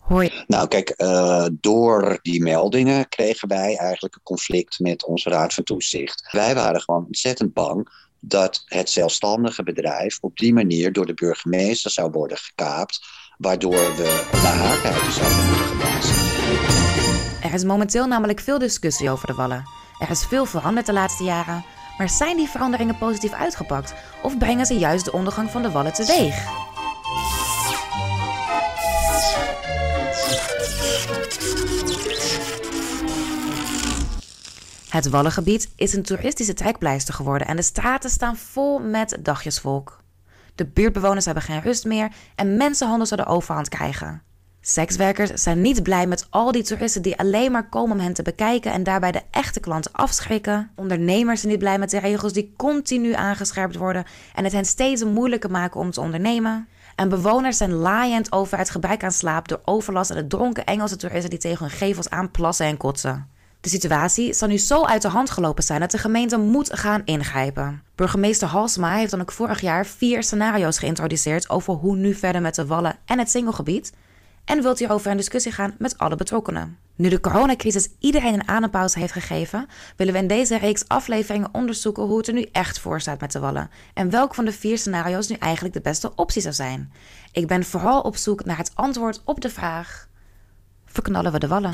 Hoi. Nou, kijk, door die meldingen kregen wij eigenlijk een conflict met onze Raad van Toezicht. Wij waren gewoon ontzettend bang dat het zelfstandige bedrijf op die manier door de burgemeester zou worden gekaapt, waardoor we naar haarkijten zouden moeten geblazen. Er is momenteel namelijk veel discussie over de Wallen. Er is veel veranderd de laatste jaren. Maar zijn die veranderingen positief uitgepakt? Of brengen ze juist de ondergang van de Wallen teweeg? Het Wallengebied is een toeristische trekpleister geworden en de straten staan vol met dagjesvolk. De buurtbewoners hebben geen rust meer en mensenhandel zou de overhand krijgen. Sekswerkers zijn niet blij met al die toeristen die alleen maar komen om hen te bekijken en daarbij de echte klanten afschrikken. Ondernemers zijn niet blij met de regels die continu aangescherpt worden en het hen steeds moeilijker maken om te ondernemen. En bewoners zijn laaiend over het gebrek aan slaap door overlast en de dronken Engelse toeristen die tegen hun gevels aanplassen en kotsen. De situatie zal nu zo uit de hand gelopen zijn dat de gemeente moet gaan ingrijpen. Burgemeester Halsema heeft dan ook vorig jaar 4 scenario's geïntroduceerd over hoe nu verder met de Wallen en het Singelgebied. En wilt hierover in discussie gaan met alle betrokkenen. Nu de coronacrisis iedereen een adempauze heeft gegeven, willen we in deze reeks afleveringen onderzoeken hoe het er nu echt voor staat met de Wallen. En welk van de 4 scenario's nu eigenlijk de beste optie zou zijn. Ik ben vooral op zoek naar het antwoord op de vraag: verknallen we de Wallen?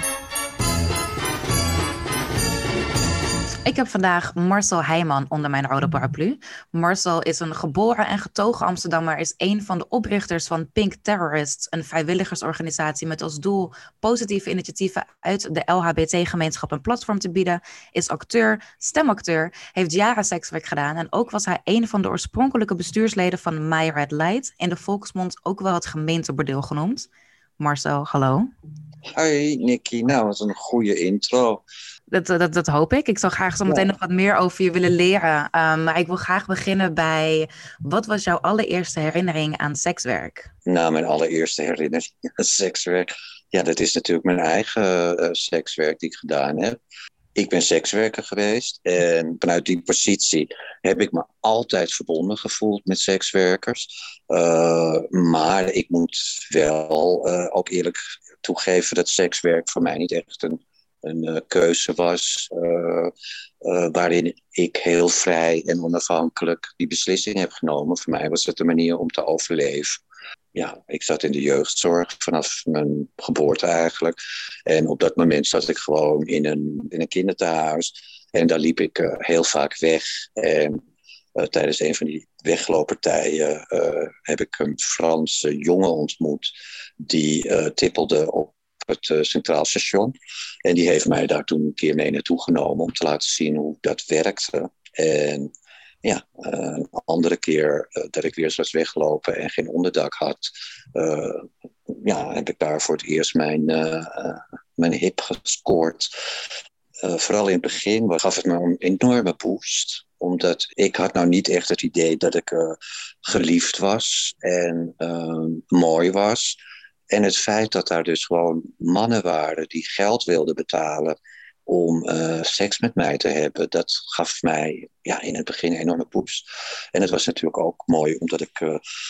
Ik heb vandaag Marcel Heijman onder mijn rode paraplu. Marcel is een geboren en getogen Amsterdammer, is een van de oprichters van Pink Terrorists, een vrijwilligersorganisatie met als doel positieve initiatieven uit de LHBT-gemeenschap een platform te bieden, is acteur, stemacteur, heeft jaren sekswerk gedaan en ook was hij een van de oorspronkelijke bestuursleden van My Red Light, in de volksmond ook wel het gemeentebordeel genoemd. Marcel, hallo. Hoi Nikki, nou wat een goede intro. Dat hoop ik. Ik zou graag zo meteen nog wat meer over je willen leren. Maar ik wil graag beginnen bij: wat was jouw allereerste herinnering aan sekswerk? Nou, mijn allereerste herinnering aan sekswerk. Ja, dat is natuurlijk mijn eigen sekswerk die ik gedaan heb. Ik ben sekswerker geweest en vanuit die positie heb ik me altijd verbonden gevoeld met sekswerkers. Maar ik moet wel ook eerlijk toegeven dat sekswerk voor mij niet echt een keuze was waarin ik heel vrij en onafhankelijk die beslissing heb genomen. Voor mij was het een manier om te overleven. Ja, ik zat in de jeugdzorg vanaf mijn geboorte eigenlijk. En op dat moment zat ik gewoon in een kinderthuis. En daar liep ik heel vaak weg. En tijdens een van die weglooppartijen heb ik een Franse jongen ontmoet. Die tippelde op het Centraal Station. En die heeft mij daar toen een keer mee naartoe genomen om te laten zien hoe dat werkte. En ja, een andere keer dat ik weer eens was weggelopen en geen onderdak had, heb ik daar voor het eerst mijn hip gescoord. Vooral in het begin gaf het me een enorme boost. Omdat ik had nou niet echt het idee dat ik geliefd was en mooi was. En het feit dat daar dus gewoon mannen waren die geld wilden betalen om seks met mij te hebben, dat gaf mij in het begin een enorme boost. En het was natuurlijk ook mooi omdat ik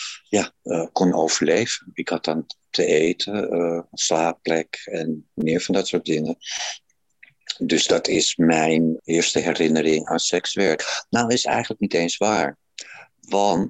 kon overleven. Ik had dan te eten, een slaapplek en meer van dat soort dingen. Dus dat is mijn eerste herinnering aan sekswerk. Nou, is eigenlijk niet eens waar. Want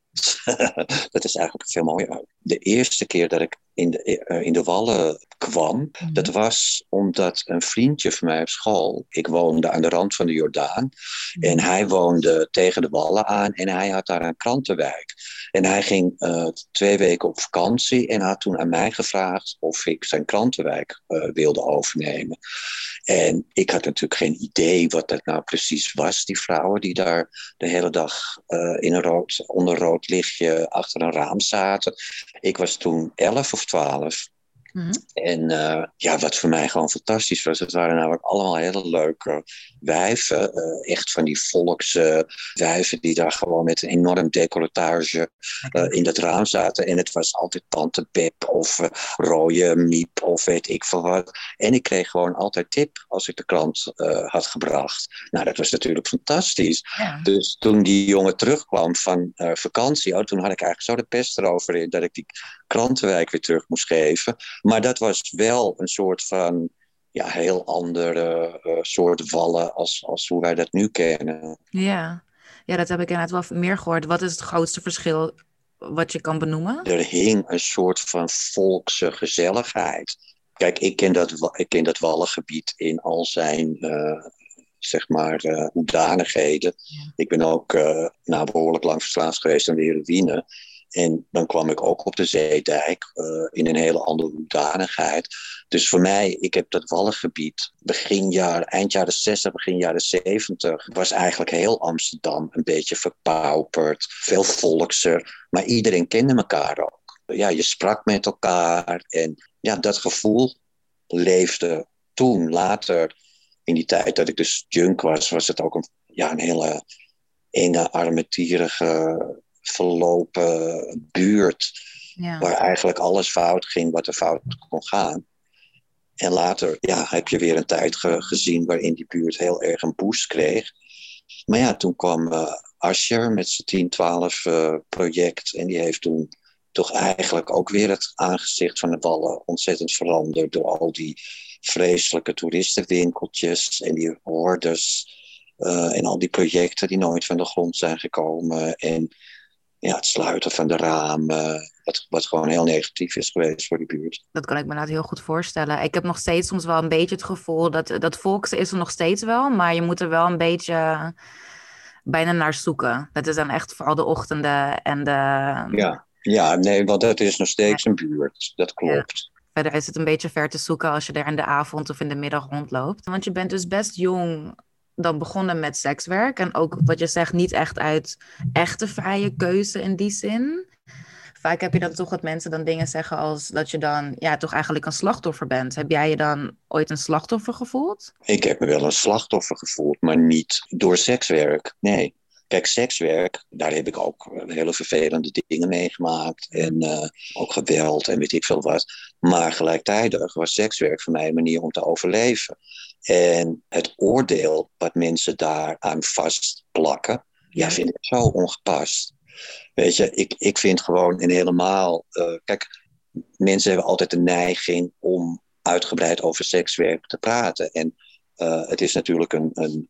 dat is eigenlijk veel mooier. De eerste keer dat ik in de Wallen kwam, dat was omdat een vriendje van mij op school, ik woonde aan de rand van de Jordaan, en hij woonde tegen de Wallen aan en hij had daar een krantenwijk. En hij ging 2 weken op vakantie en had toen aan mij gevraagd of ik zijn krantenwijk wilde overnemen. En ik had natuurlijk geen idee wat dat nou precies was, die vrouwen die daar de hele dag onder rood lichtje achter een raam zaten. Ik was toen 11 of 12. Mm-hmm. En wat voor mij gewoon fantastisch was, het waren namelijk allemaal hele leuke wijven. Echt van die volkse wijven die daar gewoon met een enorm decolletage in dat raam zaten. En het was altijd Tante Pep of Rode Miep of weet ik veel wat. En ik kreeg gewoon altijd tip als ik de krant had gebracht. Nou, dat was natuurlijk fantastisch. Ja. Dus toen die jongen terugkwam van vakantie, toen had ik eigenlijk zo de pest erover in dat ik die krantenwijk weer terug moest geven. Maar dat was wel een soort van, ja, heel andere soort wallen als hoe wij dat nu kennen. Ja. Ja, dat heb ik inderdaad wel meer gehoord. Wat is het grootste verschil wat je kan benoemen? Er hing een soort van volkse gezelligheid. Kijk, ik ken dat wallengebied in al zijn zeg maar, hoedanigheden. Ja. Ik ben ook behoorlijk lang verslaafd geweest aan de heroïne. En dan kwam ik ook op de Zeedijk in een hele andere hoedanigheid. Dus voor mij, ik heb dat wallengebied eind jaren 60, begin jaren 70, was eigenlijk heel Amsterdam een beetje verpauperd, veel volkser. Maar iedereen kende elkaar ook. Ja, je sprak met elkaar en ja, dat gevoel leefde toen. Later, in die tijd dat ik dus junk was, was het ook een hele enge, armetierige, verlopen buurt. Ja. Waar eigenlijk alles fout ging wat er fout kon gaan. En later heb je weer een tijd gezien waarin die buurt heel erg een boost kreeg. Maar ja, toen kwam Asscher met zijn 10-12 project. En die heeft toen toch eigenlijk ook weer het aangezicht van de Wallen ontzettend veranderd. Door al die vreselijke toeristenwinkeltjes en die hordes. En al die projecten die nooit van de grond zijn gekomen. En ja, het sluiten van de ramen. Wat gewoon heel negatief is geweest voor die buurt. Dat kan ik me inderdaad heel goed voorstellen. Ik heb nog steeds soms wel een beetje het gevoel dat volks is er nog steeds wel, maar je moet er wel een beetje bijna naar zoeken. Dat is dan echt vooral de ochtenden en de... Nee, want dat is nog steeds Ja. een buurt. Dat klopt. Verder is het een beetje ver te zoeken als je er in de avond of in de middag rondloopt. Want je bent dus best jong dan begonnen met sekswerk. En ook wat je zegt, niet echt uit echte vrije keuze in die zin. Vaak heb je dan toch dat mensen dan dingen zeggen als dat je dan toch eigenlijk een slachtoffer bent. Heb jij je dan ooit een slachtoffer gevoeld? Ik heb me wel een slachtoffer gevoeld, maar niet door sekswerk. Nee. Kijk, sekswerk, daar heb ik ook hele vervelende dingen meegemaakt. En ook geweld en weet ik veel wat. Maar gelijktijdig was sekswerk voor mij een manier om te overleven. En het oordeel wat mensen daaraan vastplakken, vind ik zo ongepast. Weet je, ik vind gewoon en helemaal... kijk, mensen hebben altijd de neiging om uitgebreid over sekswerk te praten. En het is natuurlijk een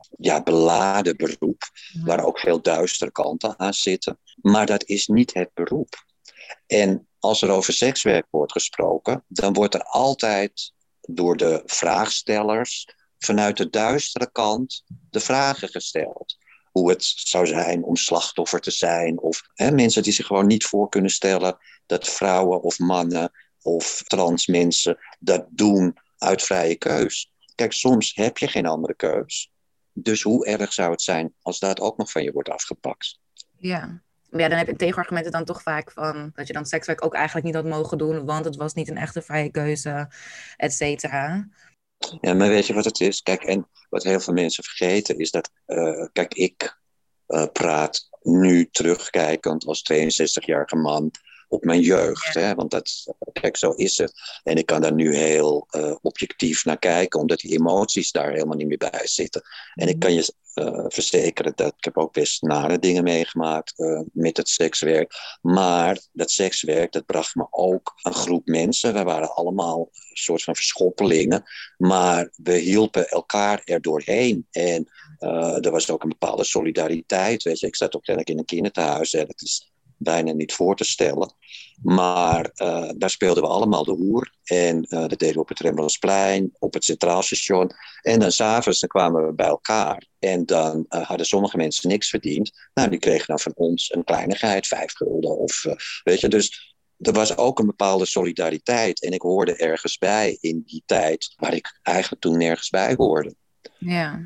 beladen beroep, waar ook veel duistere kanten aan zitten. Maar dat is niet het beroep. En als er over sekswerk wordt gesproken, dan wordt er altijd door de vraagstellers vanuit de duistere kant de vragen gesteld. Hoe het zou zijn om slachtoffer te zijn. Of mensen die zich gewoon niet voor kunnen stellen dat vrouwen of mannen of trans mensen dat doen uit vrije keus. Kijk, soms heb je geen andere keus. Dus hoe erg zou het zijn als dat ook nog van je wordt afgepakt? Ja. Ja, dan heb je tegenargumenten dan toch vaak van dat je dan sekswerk ook eigenlijk niet had mogen doen, want het was niet een echte vrije keuze, et cetera. Ja, maar weet je wat het is? Kijk, en wat heel veel mensen vergeten is dat, kijk, ik praat nu terugkijkend als 62-jarige man op mijn jeugd. Hè? Want kijk, zo is het. En ik kan daar nu heel objectief naar kijken, omdat die emoties daar helemaal niet meer bij zitten. En ik kan je verzekeren dat ik heb ook best nare dingen meegemaakt met het sekswerk. Maar dat sekswerk, dat bracht me ook een groep mensen. We waren allemaal een soort van verschoppelingen. Maar we hielpen elkaar er doorheen. En er was ook een bepaalde solidariteit. Weet je, ik zat ook eigenlijk in een kinderthuis. Hè. Dat is bijna niet voor te stellen. Maar daar speelden we allemaal de hoer. En dat deden we op het Rembrandtsplein, op het Centraal Station. En dan 's avonds kwamen we bij elkaar. En dan hadden sommige mensen niks verdiend. Nou, die kregen dan van ons een kleinigheid, 5 gulden. Of, weet je, dus er was ook een bepaalde solidariteit. En ik hoorde ergens bij in die tijd waar ik eigenlijk toen nergens bij hoorde. Ja.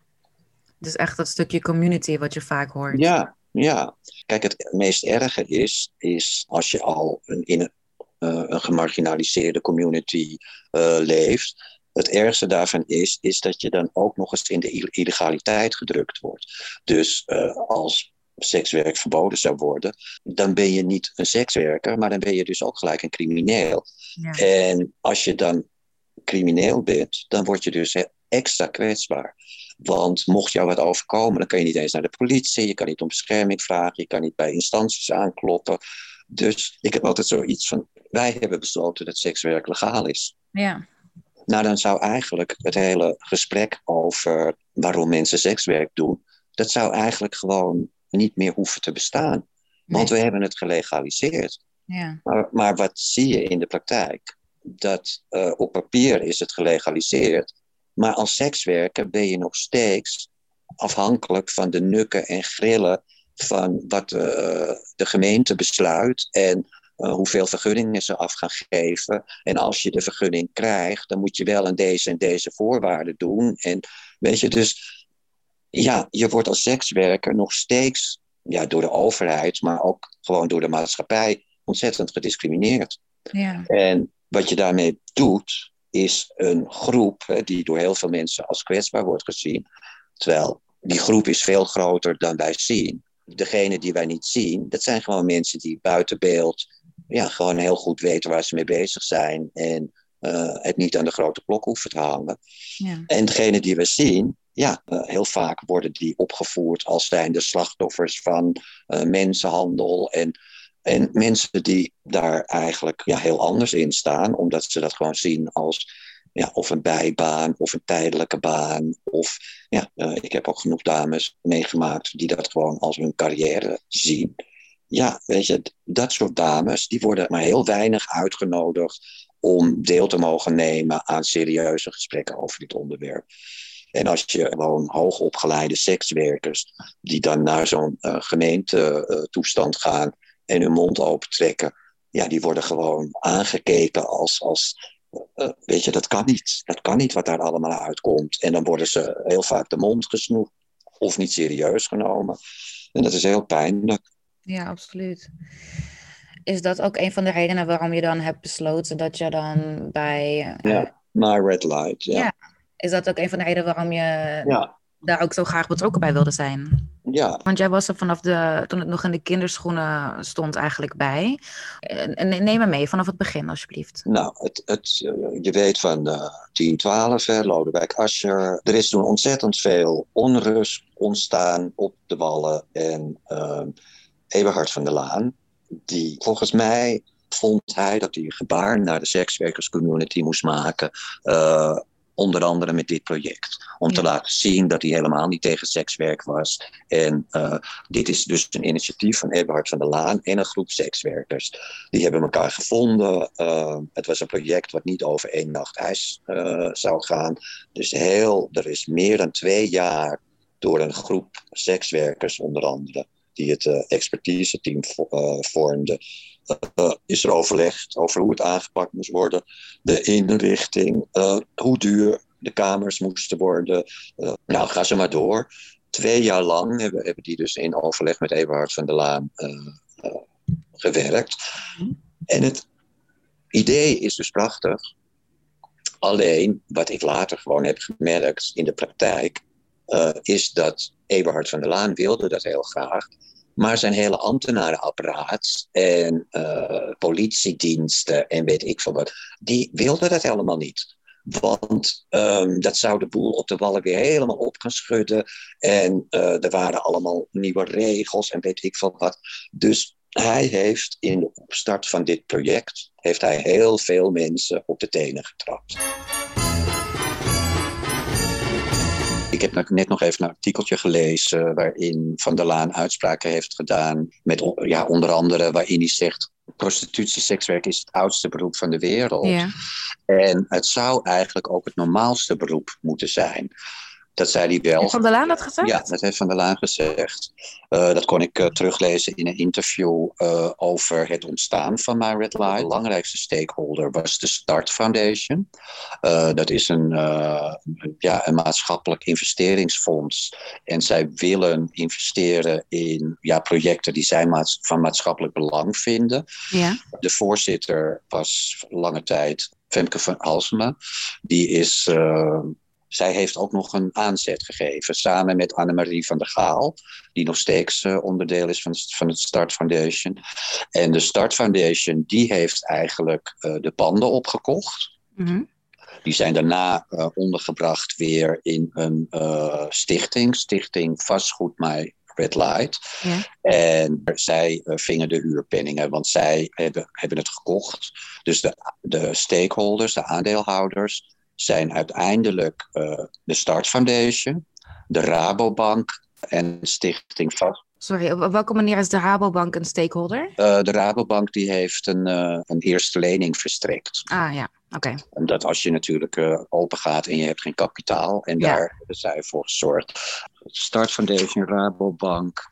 Dus echt dat stukje community wat je vaak hoort. Ja. Kijk, het meest erge is als je al in een gemarginaliseerde community leeft. Het ergste daarvan is dat je dan ook nog eens in de illegaliteit gedrukt wordt. Dus als sekswerk verboden zou worden, dan ben je niet een sekswerker, maar dan ben je dus ook gelijk een crimineel. Ja. En als je dan crimineel bent, dan word je dus extra kwetsbaar. Want mocht jou wat overkomen, dan kan je niet eens naar de politie, je kan niet om bescherming vragen, je kan niet bij instanties aankloppen. Dus ik heb altijd zoiets van, wij hebben besloten dat sekswerk legaal is. Ja. Nou, dan zou eigenlijk het hele gesprek over waarom mensen sekswerk doen, dat zou eigenlijk gewoon niet meer hoeven te bestaan. Want we hebben het gelegaliseerd. Ja. Maar wat zie je in de praktijk? Dat op papier is het gelegaliseerd, maar als sekswerker ben je nog steeds afhankelijk van de nukken en grillen van wat de gemeente besluit en hoeveel vergunningen ze af gaan geven. En als je de vergunning krijgt, dan moet je wel aan deze en deze voorwaarden doen. En weet je, dus ja, je wordt als sekswerker nog steeds door de overheid, maar ook gewoon door de maatschappij ontzettend gediscrimineerd. Ja. En wat je daarmee doet, is een groep die door heel veel mensen als kwetsbaar wordt gezien. Terwijl die groep is veel groter dan wij zien. Degene die wij niet zien, dat zijn gewoon mensen die buiten beeld gewoon heel goed weten waar ze mee bezig zijn. En het niet aan de grote klok hoeven te hangen. Ja. En degene die we zien, heel vaak worden die opgevoerd als zijnde slachtoffers van mensenhandel. En mensen die daar eigenlijk heel anders in staan, omdat ze dat gewoon zien als of een bijbaan of een tijdelijke baan. Of ik heb ook genoeg dames meegemaakt die dat gewoon als hun carrière zien. Ja, weet je, dat soort dames, die worden maar heel weinig uitgenodigd om deel te mogen nemen aan serieuze gesprekken over dit onderwerp. En als je gewoon hoogopgeleide sekswerkers die dan naar zo'n gemeentetoestand gaan en hun mond opentrekken, die worden gewoon aangekeken als weet je, dat kan niet. Dat kan niet wat daar allemaal uitkomt. En dan worden ze heel vaak de mond gesnoerd of niet serieus genomen. En dat is heel pijnlijk. Ja, absoluut. Is dat ook een van de redenen waarom je dan hebt besloten dat je dan bij... My Red Light, ja. Is dat ook een van de redenen waarom je daar ook zo graag betrokken bij wilde zijn? Ja. Want jij was er vanaf toen het nog in de kinderschoenen stond eigenlijk bij. Neem me mee vanaf het begin, alsjeblieft. Nou, je weet van 10-12, Lodewijk Asscher. Er is toen ontzettend veel onrust ontstaan op de Wallen. En Eberhard van der Laan, die volgens mij vond hij dat hij een gebaar naar de sekswerkerscommunity moest maken. Onder andere met dit project. Om te laten zien dat hij helemaal niet tegen sekswerk was. En dit is dus een initiatief van Eberhard van der Laan en een groep sekswerkers. Die hebben elkaar gevonden. Het was een project wat niet over 1 nacht ijs zou gaan. Dus er is meer dan 2 jaar door een groep sekswerkers onder andere, die het expertise-team vormde, is er overlegd over hoe het aangepakt moest worden. De inrichting, hoe duur de kamers moesten worden. Ga ze maar door. 2 jaar lang hebben die dus in overleg met Eberhard van der Laan gewerkt. En het idee is dus prachtig. Alleen, wat ik later gewoon heb gemerkt in de praktijk, is dat Eberhard van der Laan wilde dat heel graag. Maar zijn hele ambtenarenapparaat en politiediensten en weet ik veel wat, die wilden dat helemaal niet. Want dat zou de boel op de Wallen weer helemaal op gaan schudden. En er waren allemaal nieuwe regels en weet ik veel wat. Dus hij heeft in de opstart van dit project heel veel mensen op de tenen getrapt. Ik heb net nog even een artikeltje gelezen waarin Van der Laan uitspraken heeft gedaan. Met onder andere waarin hij zegt: prostitutie, sekswerk is het oudste beroep van de wereld. Ja. En het zou eigenlijk ook het normaalste beroep moeten zijn. Dat zei hij wel. Heeft Van der Laan dat gezegd? Ja, dat heeft Van der Laan gezegd. Dat kon ik teruglezen in een interview over het ontstaan van My Red Light. De belangrijkste stakeholder was de Start Foundation. Dat is een maatschappelijk investeringsfonds. En zij willen investeren in projecten die zij van maatschappelijk belang vinden. Ja. De voorzitter was lange tijd Femke van Halsema. Zij heeft ook nog een aanzet gegeven, samen met Annemarie van der Gaal, die nog steeds onderdeel is van het Start Foundation. En de Start Foundation, die heeft eigenlijk de panden opgekocht. Mm-hmm. Die zijn daarna ondergebracht weer in een stichting Vastgoed My red light. Ja. En zij vingen de huurpenningen, want zij hebben het gekocht. Dus de stakeholders, de aandeelhouders, zijn uiteindelijk de Start Foundation, de Rabobank en Stichting Vast. Sorry, op welke manier is de Rabobank een stakeholder? De Rabobank die heeft een eerste lening verstrekt. Ah ja, oké. Omdat als je natuurlijk open gaat en je hebt geen kapitaal. En daar hebben zij voor gezorgd. Start Foundation, Rabobank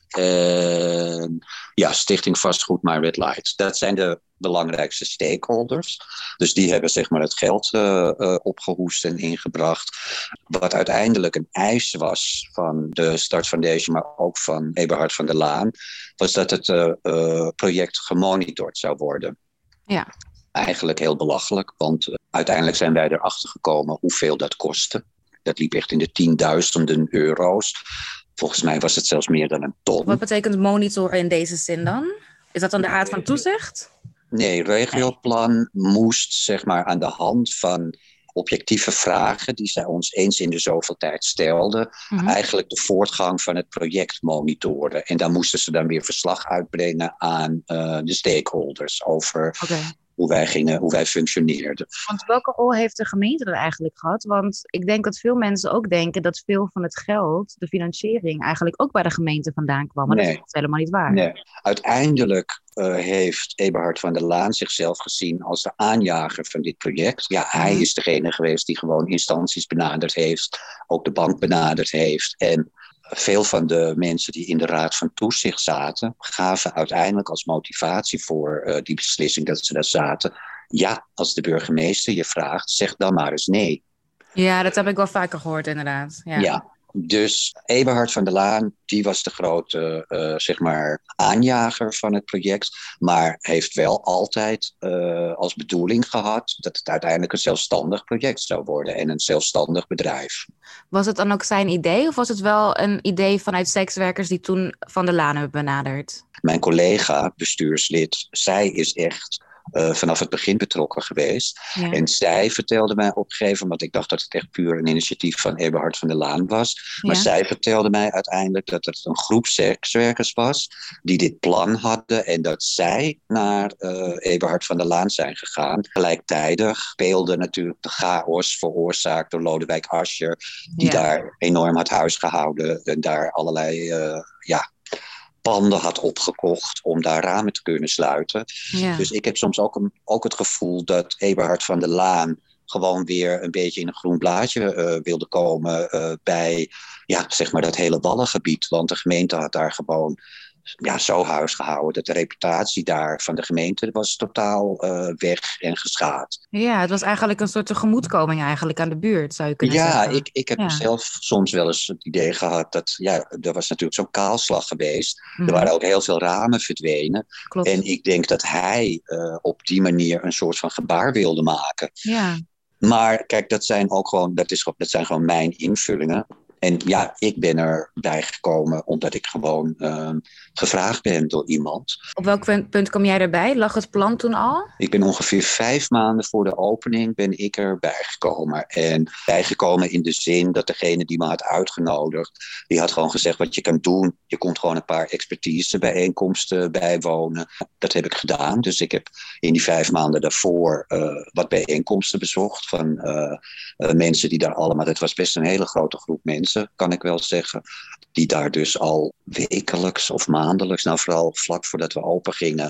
en Stichting Vastgoed maar Red Light. Dat zijn de belangrijkste stakeholders. Dus die hebben zeg maar het geld opgehoest en ingebracht. Wat uiteindelijk een eis was van de Start Foundation, maar ook van Eberhard van der Laan, was dat het project gemonitord zou worden. Ja. Eigenlijk heel belachelijk, want uiteindelijk zijn wij erachter gekomen hoeveel dat kostte. Dat liep echt in de tienduizenden euro's. Volgens mij was het zelfs meer dan een ton. Wat betekent monitoren in deze zin dan? Is dat dan de Raad van Toezicht? Nee, regioplan moest zeg maar aan de hand van objectieve vragen die zij ons eens in de zoveel tijd stelden, eigenlijk de voortgang van het project monitoren. En daar moesten ze dan weer verslag uitbrengen aan de stakeholders over hoe wij functioneerden. Want welke rol heeft de gemeente er eigenlijk gehad? Want ik denk dat veel mensen ook denken dat veel van het geld, de financiering, eigenlijk ook bij de gemeente vandaan kwam. Maar dat is helemaal niet waar. Nee. Uiteindelijk heeft Eberhard van der Laan zichzelf gezien als de aanjager van dit project. Ja, hij is degene geweest die gewoon instanties benaderd heeft, ook de bank benaderd heeft. En veel van de mensen die in de Raad van Toezicht zaten, gaven uiteindelijk als motivatie voor die beslissing dat ze daar zaten. Ja, als de burgemeester je vraagt, zeg dan maar eens nee. Ja, dat heb ik wel vaker gehoord inderdaad. Ja. Dus Eberhard van der Laan, die was de grote zeg maar aanjager van het project. Maar heeft wel altijd als bedoeling gehad dat het uiteindelijk een zelfstandig project zou worden. En een zelfstandig bedrijf. Was het dan ook zijn idee? Of was het wel een idee vanuit sekswerkers die toen Van der Laan hebben benaderd? Mijn collega, bestuurslid, zij is echt vanaf het begin betrokken geweest. Ja. En zij vertelde mij op een gegeven moment, ik dacht dat het echt puur een initiatief van Eberhard van der Laan was. Maar zij vertelde mij uiteindelijk dat het een groep sekswerkers was die dit plan hadden en dat zij naar Eberhard van der Laan zijn gegaan. Gelijktijdig speelde natuurlijk de chaos veroorzaakt door Lodewijk Asscher, die daar enorm had huisgehouden en daar allerlei panden had opgekocht om daar ramen te kunnen sluiten. Ja. Dus ik heb soms ook het gevoel dat Eberhard van der Laan gewoon weer een beetje in een groen blaadje wilde komen bij zeg maar dat hele Wallengebied. Want de gemeente had daar gewoon zo huisgehouden dat de reputatie daar van de gemeente was totaal weg en geschaad. Ja, het was eigenlijk een soort tegemoetkoming eigenlijk aan de buurt, zou je kunnen zeggen. Ja, ik heb zelf soms wel eens het idee gehad dat, er was natuurlijk zo'n kaalslag geweest. Er waren ook heel veel ramen verdwenen. Klopt. En ik denk dat hij op die manier een soort van gebaar wilde maken. Ja. Maar kijk, dat zijn gewoon mijn invullingen. En ik ben erbij gekomen omdat ik gewoon gevraagd ben door iemand. Op welk punt kom jij erbij? Lag het plan toen al? Ik ben ongeveer 5 maanden voor de opening ben ik erbij gekomen. En bijgekomen in de zin dat degene die me had uitgenodigd, die had gewoon gezegd wat je kan doen. Je komt gewoon een paar expertisebijeenkomsten bijwonen. Dat heb ik gedaan. Dus ik heb in die 5 maanden daarvoor wat bijeenkomsten bezocht van mensen die daar allemaal... Het was best een hele grote groep mensen, kan ik wel zeggen, die daar dus al wekelijks of maandelijks, nou vooral vlak voordat we open gingen,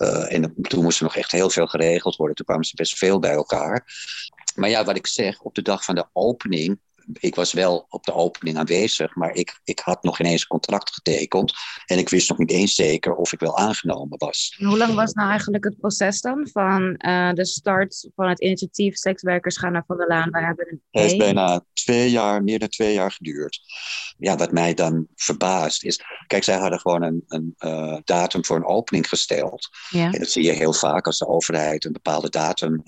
en toen moest er nog echt heel veel geregeld worden, toen kwamen ze best veel bij elkaar. Maar wat ik zeg, op de dag van de opening, ik was wel op de opening aanwezig, maar ik had nog ineens een contract getekend en ik wist nog niet eens zeker of ik wel aangenomen was. En hoe lang was nou eigenlijk het proces dan van de start van het initiatief Sekswerkers gaan naar Van der Laan? Het heeft bijna meer dan 2 jaar geduurd. Ja, wat mij dan verbaast is, kijk, zij hadden gewoon een datum voor een opening gesteld. Ja. En dat zie je heel vaak als de overheid een bepaalde datum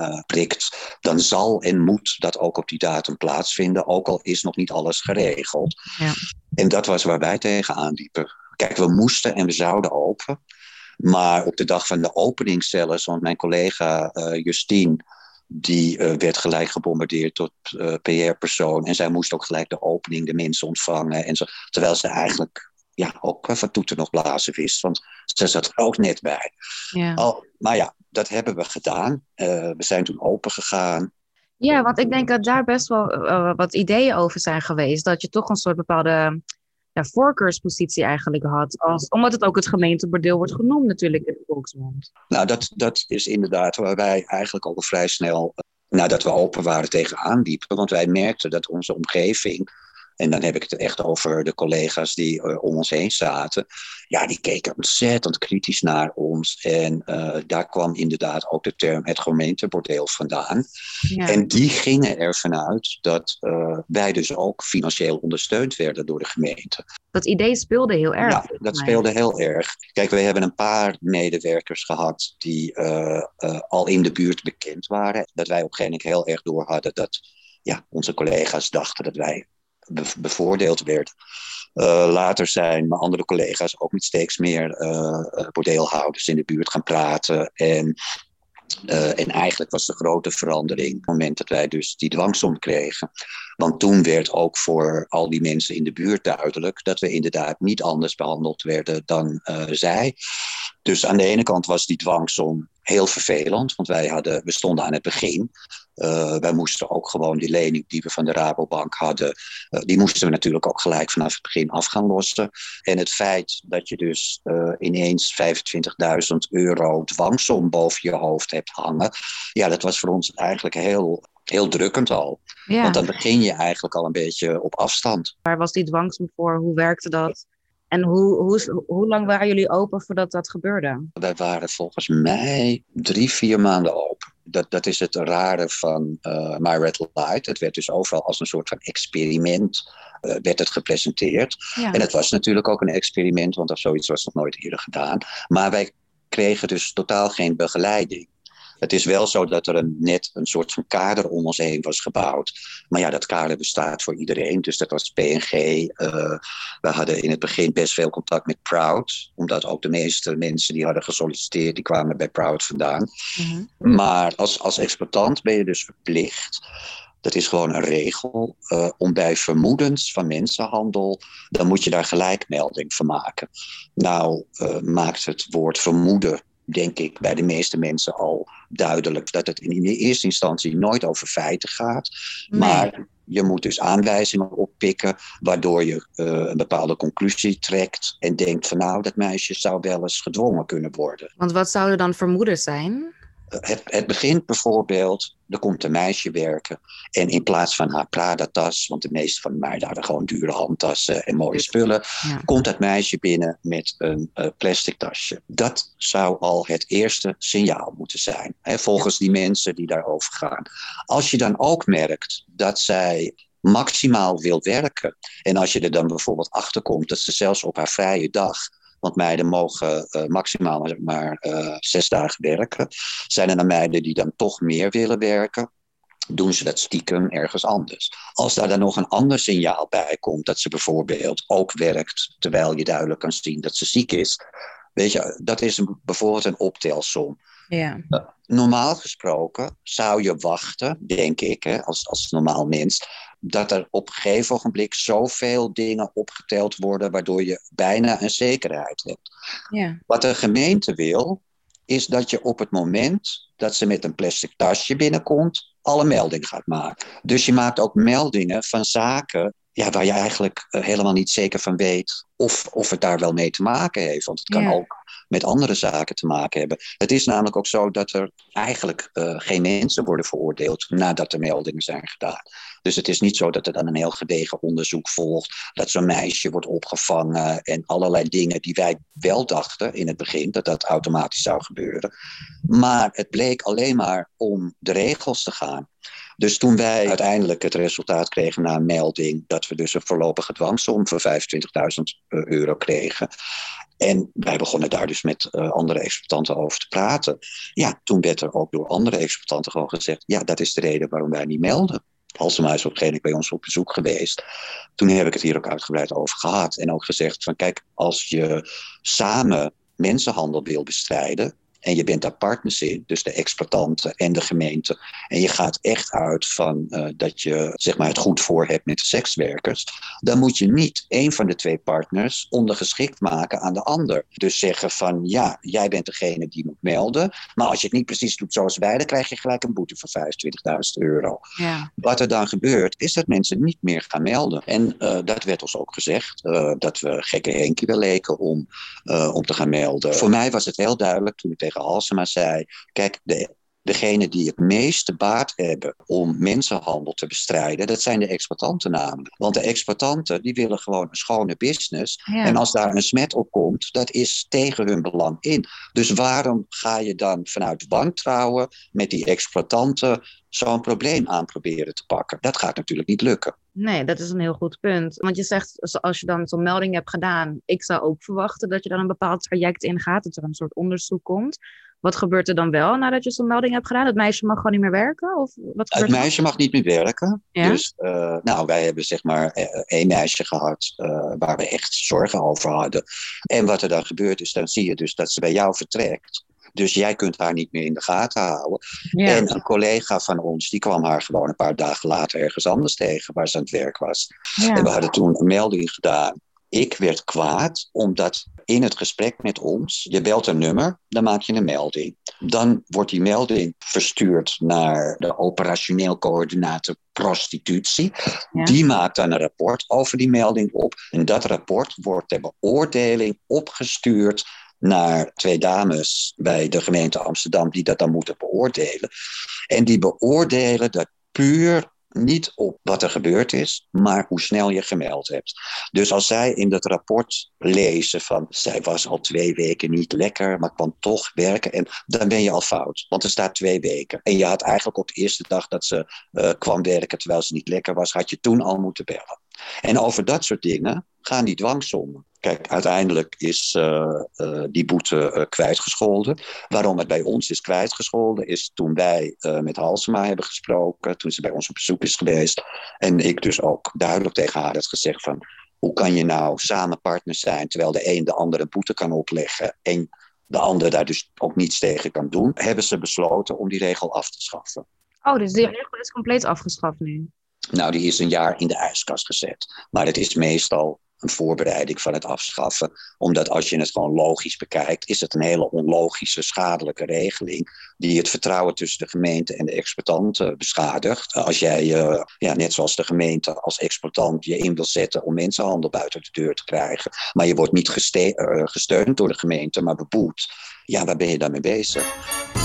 prikt, dan zal en moet dat ook op die datum plaatsvinden. Ook al is nog niet alles geregeld. Ja. En dat was waar wij tegenaan liepen. Kijk, we moesten en we zouden open. Maar op de dag van de opening zelfs, want mijn collega Justine, die werd gelijk gebombardeerd tot PR-persoon. En zij moest ook gelijk de opening, de mensen ontvangen. En zo, terwijl ze eigenlijk ja, ook van toeten nog blazen wist. Want ze zat er ook net bij. Ja. Maar ja, dat hebben we gedaan. We zijn toen open gegaan. Ja, want ik denk dat daar best wel wat ideeën over zijn geweest. Dat je toch een soort bepaalde voorkeurspositie eigenlijk had. Omdat het ook het gemeentebordeel wordt genoemd natuurlijk in de volksmond. Nou, dat is inderdaad waar wij eigenlijk al vrij snel, nadat we open waren, tegenaan liepen. Want wij merkten dat onze omgeving, en dan heb ik het echt over de collega's die om ons heen zaten, ja, die keken ontzettend kritisch naar ons. En daar kwam inderdaad ook de term het gemeentebordeel vandaan. Ja. En die gingen ervan uit dat wij dus ook financieel ondersteund werden door de gemeente. Dat idee speelde heel erg. Ja, dat speelde heel erg. Kijk, we hebben een paar medewerkers gehad die al in de buurt bekend waren. Dat wij op een gegeven moment heel erg door hadden dat onze collega's dachten dat wij bevoordeeld werden. Later zijn mijn andere collega's ook met steeds meer bordeelhouders in de buurt gaan praten. En eigenlijk was de grote verandering op het moment dat wij dus die dwangsom kregen. Want toen werd ook voor al die mensen in de buurt duidelijk dat we inderdaad niet anders behandeld werden dan zij. Dus aan de ene kant was die dwangsom heel vervelend, want we stonden aan het begin. Wij moesten ook gewoon die lening die we van de Rabobank hadden, die moesten we natuurlijk ook gelijk vanaf het begin af gaan lossen. En het feit dat je dus ineens €25.000 dwangsom boven je hoofd hebt hangen, ja, dat was voor ons eigenlijk heel, heel drukkend al. Ja. Want dan begin je eigenlijk al een beetje op afstand. Waar was die dwangsom voor? Hoe werkte dat? En hoe lang waren jullie open voordat dat gebeurde? Wij waren volgens mij 3-4 maanden open. Dat is het rare van My Red Light. Het werd dus overal als een soort van experiment werd het gepresenteerd. Ja. En het was natuurlijk ook een experiment, want zoiets was nog nooit eerder gedaan. Maar wij kregen dus totaal geen begeleiding. Het is wel zo dat er net een soort van kader om ons heen was gebouwd. Maar ja, dat kader bestaat voor iedereen. Dus dat was PNG. We hadden in het begin best veel contact met Proud. Omdat ook de meeste mensen die hadden gesolliciteerd, die kwamen bij Proud vandaan. Mm-hmm. Maar als exploitant ben je dus verplicht. Dat is gewoon een regel. Om bij vermoedens van mensenhandel, dan moet je daar gelijk melding van maken. Nou, maakt het woord vermoeden, denk ik, bij de meeste mensen al duidelijk dat het in de eerste instantie nooit over feiten gaat. Nee. Maar je moet dus aanwijzingen oppikken, waardoor je een bepaalde conclusie trekt en denkt van nou, dat meisje zou wel eens gedwongen kunnen worden. Want wat zouden dan vermoedens zijn? Het begint bijvoorbeeld, er komt een meisje werken en in plaats van haar Prada-tas, want de meeste van de meiden hadden gewoon dure handtassen en mooie spullen, komt dat meisje binnen met een plastic tasje. Dat zou al het eerste signaal moeten zijn, volgens die mensen die daarover gaan. Als je dan ook merkt dat zij maximaal wil werken en als je er dan bijvoorbeeld achter komt dat ze zelfs op haar vrije dag, want meiden mogen maximaal maar 6 dagen werken. Zijn er dan meiden die dan toch meer willen werken, doen ze dat stiekem ergens anders. Als daar dan nog een ander signaal bij komt, dat ze bijvoorbeeld ook werkt, terwijl je duidelijk kan zien dat ze ziek is. Weet je, dat is bijvoorbeeld een optelsom. Ja. Normaal gesproken zou je wachten, denk ik, als normaal mens, dat er op een gegeven ogenblik zoveel dingen opgeteld worden, waardoor je bijna een zekerheid hebt. Ja. Wat de gemeente wil, is dat je op het moment dat ze met een plastic tasje binnenkomt, alle melding gaat maken. Dus je maakt ook meldingen van zaken waar je eigenlijk helemaal niet zeker van weet of het daar wel mee te maken heeft. Want het kan ook met andere zaken te maken hebben. Het is namelijk ook zo dat er eigenlijk geen mensen worden veroordeeld nadat er meldingen zijn gedaan. Dus het is niet zo dat er dan een heel gedegen onderzoek volgt, dat zo'n meisje wordt opgevangen en allerlei dingen die wij wel dachten in het begin, dat automatisch zou gebeuren. Maar het bleek alleen maar om de regels te gaan. Dus toen wij uiteindelijk het resultaat kregen na een melding, dat we dus een voorlopige dwangsom van €25.000 kregen. En wij begonnen daar dus met andere exploitanten over te praten. Ja, toen werd er ook door andere exploitanten gewoon gezegd, ja, dat is de reden waarom wij niet melden. Halsema is op een gegeven moment bij ons op bezoek geweest. Toen heb ik het hier ook uitgebreid over gehad. En ook gezegd van kijk, als je samen mensenhandel wil bestrijden, en je bent daar partners in, dus de exploitanten en de gemeente, en je gaat echt uit van dat je zeg maar, het goed voor hebt met de sekswerkers, dan moet je niet een van de twee partners ondergeschikt maken aan de ander. Dus zeggen van ja, jij bent degene die moet melden, maar als je het niet precies doet zoals wij, dan krijg je gelijk een boete van €25.000. Ja. Wat er dan gebeurt, is dat mensen niet meer gaan melden. En dat werd ons ook gezegd, dat we gekke Henkie leken om te gaan melden. Voor mij was het heel duidelijk toen ik tegen Halsema zei, kijk, degene die het meeste baat hebben om mensenhandel te bestrijden, dat zijn de exploitanten namelijk. Want de exploitanten die willen gewoon een schone business. Ja. En als daar een smet op komt, dat is tegen hun belang in. Dus waarom ga je dan vanuit wantrouwen met die exploitanten zo'n probleem aan proberen te pakken? Dat gaat natuurlijk niet lukken. Nee, dat is een heel goed punt. Want je zegt, als je dan zo'n melding hebt gedaan, ik zou ook verwachten dat je dan een bepaald traject ingaat, dat er een soort onderzoek komt. Wat gebeurt er dan wel nadat je zo'n melding hebt gedaan? Het meisje mag gewoon niet meer werken? Of wat gebeurt Het meisje mag niet meer werken. Ja? Dus wij hebben zeg maar één meisje gehad waar we echt zorgen over hadden. En wat er dan gebeurt is, dan zie je dus dat ze bij jou vertrekt. Dus jij kunt haar niet meer in de gaten houden. Ja. En een collega van ons, die kwam haar gewoon een paar dagen later ergens anders tegen, waar ze aan het werk was. Ja. En we hadden toen een melding gedaan. Ik werd kwaad, omdat in het gesprek met ons, je belt een nummer, dan maak je een melding. Dan wordt die melding verstuurd naar de operationeel coördinator prostitutie. Ja. Die maakt dan een rapport over die melding op. En dat rapport wordt ter beoordeling opgestuurd naar 2 dames bij de gemeente Amsterdam die dat dan moeten beoordelen. En die beoordelen dat puur niet op wat er gebeurd is, maar hoe snel je gemeld hebt. Dus als zij in dat rapport lezen van, zij was al 2 weken niet lekker, maar kwam toch werken, en dan ben je al fout. Want er staat 2 weken. En je had eigenlijk op de eerste dag dat ze kwam werken terwijl ze niet lekker was, had je toen al moeten bellen. En over dat soort dingen gaan die dwangsommen. Kijk, uiteindelijk is die boete kwijtgescholden. Waarom het bij ons is kwijtgescholden is toen wij met Halsema hebben gesproken, toen ze bij ons op bezoek is geweest. En ik dus ook duidelijk tegen haar had gezegd van, hoe kan je nou samen partners zijn terwijl de een de ander een boete kan opleggen en de ander daar dus ook niets tegen kan doen, hebben ze besloten om die regel af te schaffen. Oh, dus die regel is compleet afgeschaft nu? Nou, die is een jaar in de ijskast gezet. Maar het is meestal een voorbereiding van het afschaffen. Omdat als je het gewoon logisch bekijkt, is het een hele onlogische, schadelijke regeling die het vertrouwen tussen de gemeente en de exploitant beschadigt. Als jij, net zoals de gemeente als exploitant je in wil zetten om mensenhandel buiten de deur te krijgen, maar je wordt niet gesteund door de gemeente, maar beboet. Ja, waar ben je dan mee bezig?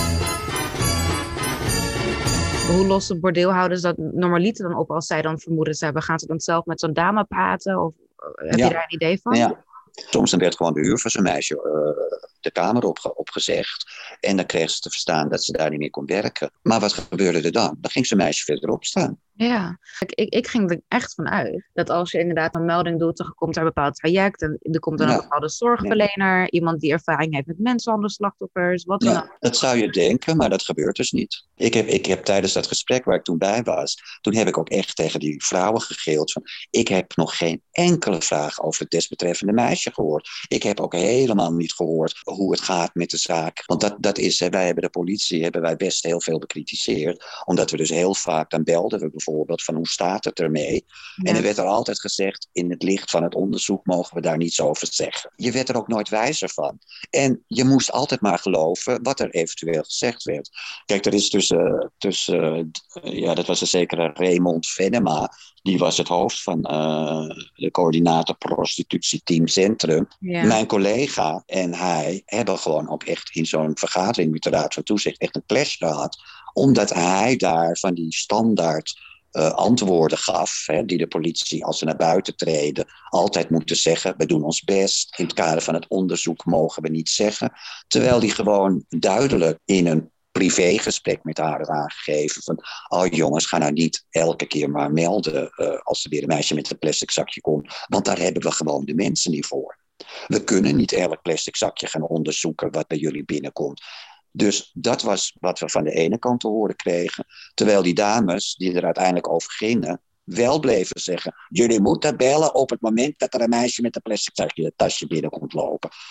Hoe lossen bordeelhouders dat normaliter dan op als zij dan vermoedens hebben? Gaan ze dan zelf met zo'n dame praten? Of heb je daar een idee van? Ja. Soms dan werd gewoon de huur van zo'n meisje de kamer opgezegd. En dan kreeg ze te verstaan dat ze daar niet meer kon werken. Maar wat gebeurde er dan? Dan ging zo'n meisje verderop staan. Ja, ik ging er echt van uit dat als je inderdaad een melding doet, dan komt er een bepaald traject en er komt dan een bepaalde zorgverlener, iemand die ervaring heeft met mensenhandelslachtoffers, wat dan ook. Dat zou je denken, maar dat gebeurt dus niet. Ik heb tijdens dat gesprek waar ik toen bij was, toen heb ik ook echt tegen die vrouwen gegild van, ik heb nog geen enkele vraag over het desbetreffende meisje gehoord. Ik heb ook helemaal niet gehoord hoe het gaat met de zaak. Want dat is, wij hebben de politie, hebben wij best heel veel bekritiseerd, omdat we dus heel vaak, dan belden we bijvoorbeeld van hoe staat het ermee? Ja. En er werd er altijd gezegd, in het licht van het onderzoek mogen we daar niets over zeggen. Je werd er ook nooit wijzer van. En je moest altijd maar geloven wat er eventueel gezegd werd. Kijk, er is dat was een zekere Raymond Venema, die was het hoofd van de coördinator prostitutieteam Centrum. Ja. Mijn collega en hij hebben gewoon ook echt in zo'n vergadering met de Raad van Toezicht echt een clash gehad, omdat hij daar van die standaard antwoorden gaf, die de politie als ze naar buiten treden altijd moeten zeggen, we doen ons best, in het kader van het onderzoek mogen we niet zeggen, terwijl die gewoon duidelijk in een privégesprek met haar had aangegeven van, oh jongens, ga nou niet elke keer maar melden als er weer een meisje met een plastic zakje komt, want daar hebben we gewoon de mensen niet voor. We kunnen niet elk plastic zakje gaan onderzoeken wat bij jullie binnenkomt. Dus dat was wat we van de ene kant te horen kregen. Terwijl die dames die er uiteindelijk over gingen, wel bleven zeggen, jullie moeten bellen op het moment dat er een meisje met een plastic tasje binnenkomt lopen.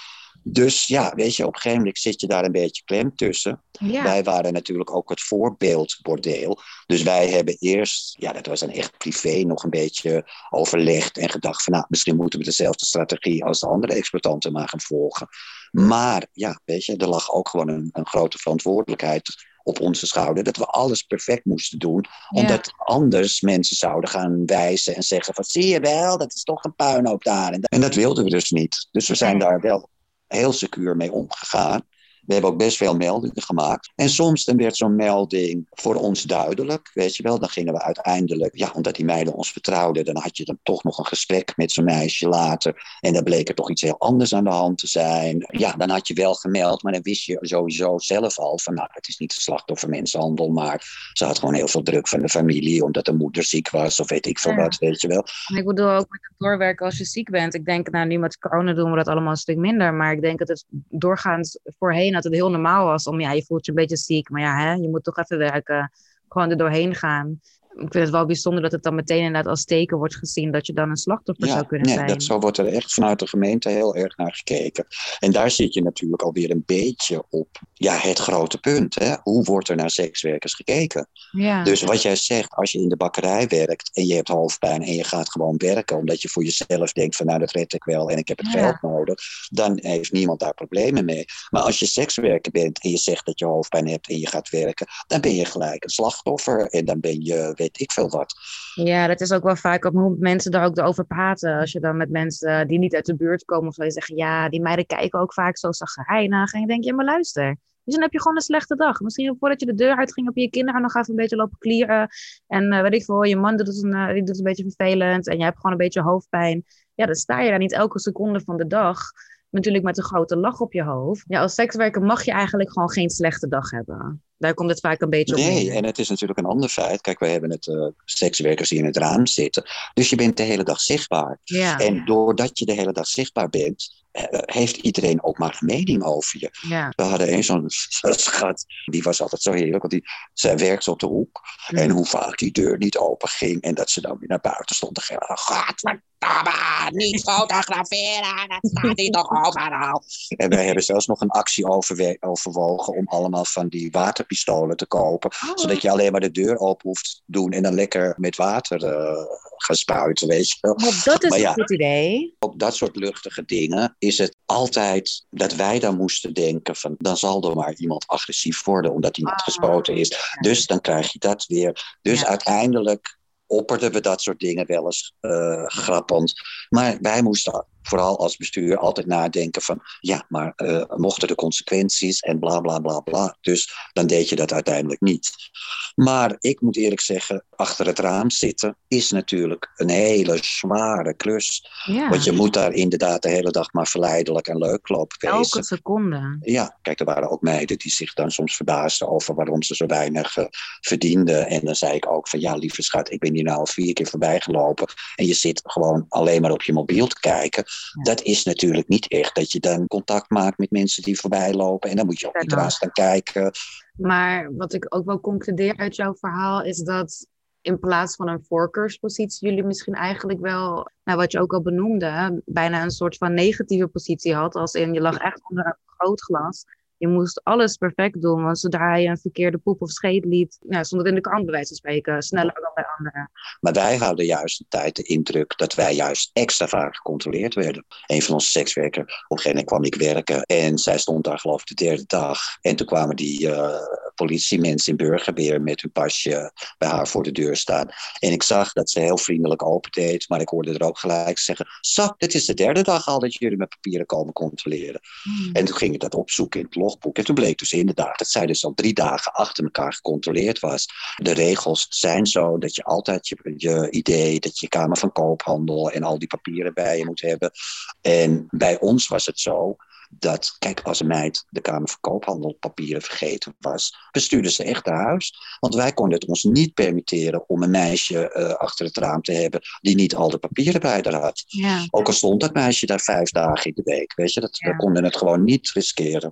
Dus ja, weet je, op een gegeven moment zit je daar een beetje klem tussen. Ja. Wij waren natuurlijk ook het voorbeeldbordeel. Dus wij hebben eerst, ja, dat was dan echt privé, nog een beetje overlegd en gedacht van, nou, misschien moeten we dezelfde strategie als de andere exploitanten maar gaan volgen. Maar ja, weet je, er lag ook gewoon een grote verantwoordelijkheid op onze schouder, dat we alles perfect moesten doen, omdat anders mensen zouden gaan wijzen en zeggen van, zie je wel, dat is toch een puinhoop daar. En dat wilden we dus niet. Dus we zijn daar wel heel secuur mee omgegaan. We hebben ook best veel meldingen gemaakt. En soms dan werd zo'n melding voor ons duidelijk. Weet je wel, dan gingen we uiteindelijk, ja, omdat die meiden ons vertrouwden, dan had je dan toch nog een gesprek met zo'n meisje later. En dan bleek er toch iets heel anders aan de hand te zijn. Ja, dan had je wel gemeld, maar dan wist je sowieso zelf al van, nou, het is niet slachtoffer mensenhandel, maar ze had gewoon heel veel druk van de familie, omdat de moeder ziek was, of weet ik veel wat, weet je wel. Ik bedoel ook met het doorwerken als je ziek bent. Ik denk, nou, nu met corona doen we dat allemaal een stuk minder, maar ik denk dat het doorgaans voorheen dat het heel normaal was om, ja, je voelt je een beetje ziek, maar ja, je moet toch even werken, gewoon er doorheen gaan. Ik vind het wel bijzonder dat het dan meteen inderdaad als teken wordt gezien dat je dan een slachtoffer zou kunnen zijn. Zo wordt er echt vanuit de gemeente heel erg naar gekeken. En daar zit je natuurlijk alweer een beetje op, ja, het grote punt. Hè? Hoe wordt er naar sekswerkers gekeken? Ja. Dus wat jij zegt, als je in de bakkerij werkt en je hebt hoofdpijn en je gaat gewoon werken, omdat je voor jezelf denkt van, nou, dat red ik wel en ik heb het geld nodig, dan heeft niemand daar problemen mee. Maar als je sekswerker bent en je zegt dat je hoofdpijn hebt en je gaat werken, dan ben je gelijk een slachtoffer en dan ben je, weet ik veel wat. Ja, dat is ook wel vaak op hoe mensen daar ook over praten. Als je dan met mensen die niet uit de buurt komen of zo, je zeggen, ja, die meiden kijken ook vaak zo chagrijnig. En je denkt, ja, maar luister. Dus dan heb je gewoon een slechte dag. Misschien voordat je de deur uitging, heb je je kinderen nog even een beetje lopen klieren. En weet ik veel, je man doet het een beetje vervelend. En je hebt gewoon een beetje hoofdpijn. Ja, dan sta je daar niet elke seconde van de dag. Natuurlijk met een grote lach op je hoofd. Ja, als sekswerker mag je eigenlijk gewoon geen slechte dag hebben. Daar komt het vaak een beetje op neer. Nee, en het is natuurlijk een ander feit. Kijk, wij hebben het sekswerkers die in het raam zitten. Dus je bent de hele dag zichtbaar. Ja. En doordat je de hele dag zichtbaar bent, heeft iedereen ook maar een mening over je. Ja. We hadden zo'n schat, die was altijd zo heerlijk, want zij werkte op de hoek. En hoe vaak die deur niet open ging en dat ze dan weer naar buiten stond te gaan. Gadverdamme, niet fotograferen, dat staat hier toch overal. En wij hebben zelfs nog een actie overwogen om allemaal van die waterpistolen te kopen. Zodat je alleen maar de deur open hoeft te doen en dan lekker met water gaan spuiten, weet je wel. Maar dat is een goed idee. Op dat soort luchtige dingen is het altijd dat wij dan moesten denken van, dan zal er maar iemand agressief worden omdat iemand gespoten is. Dus dan krijg je dat weer. Dus uiteindelijk opperden we dat soort dingen wel eens grappend. Maar wij moesten vooral als bestuur altijd nadenken van, ja, maar mochten de consequenties en bla bla bla bla. Dus dan deed je dat uiteindelijk niet. Maar ik moet eerlijk zeggen, achter het raam zitten is natuurlijk een hele zware klus. Ja. Want je moet daar inderdaad de hele dag maar verleidelijk en leuk lopen wezen. Elke seconde. Ja, kijk, er waren ook meiden die zich dan soms verbaasden over waarom ze zo weinig verdienden. En dan zei ik ook van, ja, lieve schat, ik ben hier nou al 4 keer voorbij gelopen. En je zit gewoon alleen maar op je mobiel te kijken. Ja. Dat is natuurlijk niet echt dat je dan contact maakt met mensen die voorbij lopen. En dan moet je ook niet eraan staan kijken. Maar wat ik ook wel concludeer uit jouw verhaal is dat in plaats van een voorkeurspositie jullie misschien eigenlijk wel, nou, wat je ook al benoemde, bijna een soort van negatieve positie had. Als in, je lag echt onder een vergrootglas. Je moest alles perfect doen, want zodra je een verkeerde poep of scheet liet, ja, stond het in de krant bij wijze van spreken, sneller dan bij anderen. Maar wij hadden juist een tijd de indruk dat wij juist extra vaak gecontroleerd werden. Een van onze sekswerkers, op een gegeven moment kwam ik werken en zij stond daar geloof ik de 3e dag. En toen kwamen die politiemensen in Burgerweer met hun pasje bij haar voor de deur staan. En ik zag dat ze heel vriendelijk opendeed, maar ik hoorde er ook gelijk zeggen, zo, dit is de 3e dag al dat jullie mijn papieren komen controleren. En toen ging ik dat opzoeken in het logboek. En toen bleek dus inderdaad dat zij dus al 3 dagen achter elkaar gecontroleerd was. De regels zijn zo dat je altijd je idee, dat je Kamer van Koophandel en al die papieren bij je moet hebben. En bij ons was het zo dat, kijk, als een meid de Kamer van Koophandel papieren vergeten was, bestuurden ze echt naar huis. Want wij konden het ons niet permitteren om een meisje achter het raam te hebben die niet al de papieren bij haar had. Ja. Ook al stond dat meisje daar 5 dagen in de week, weet je, we konden het gewoon niet riskeren.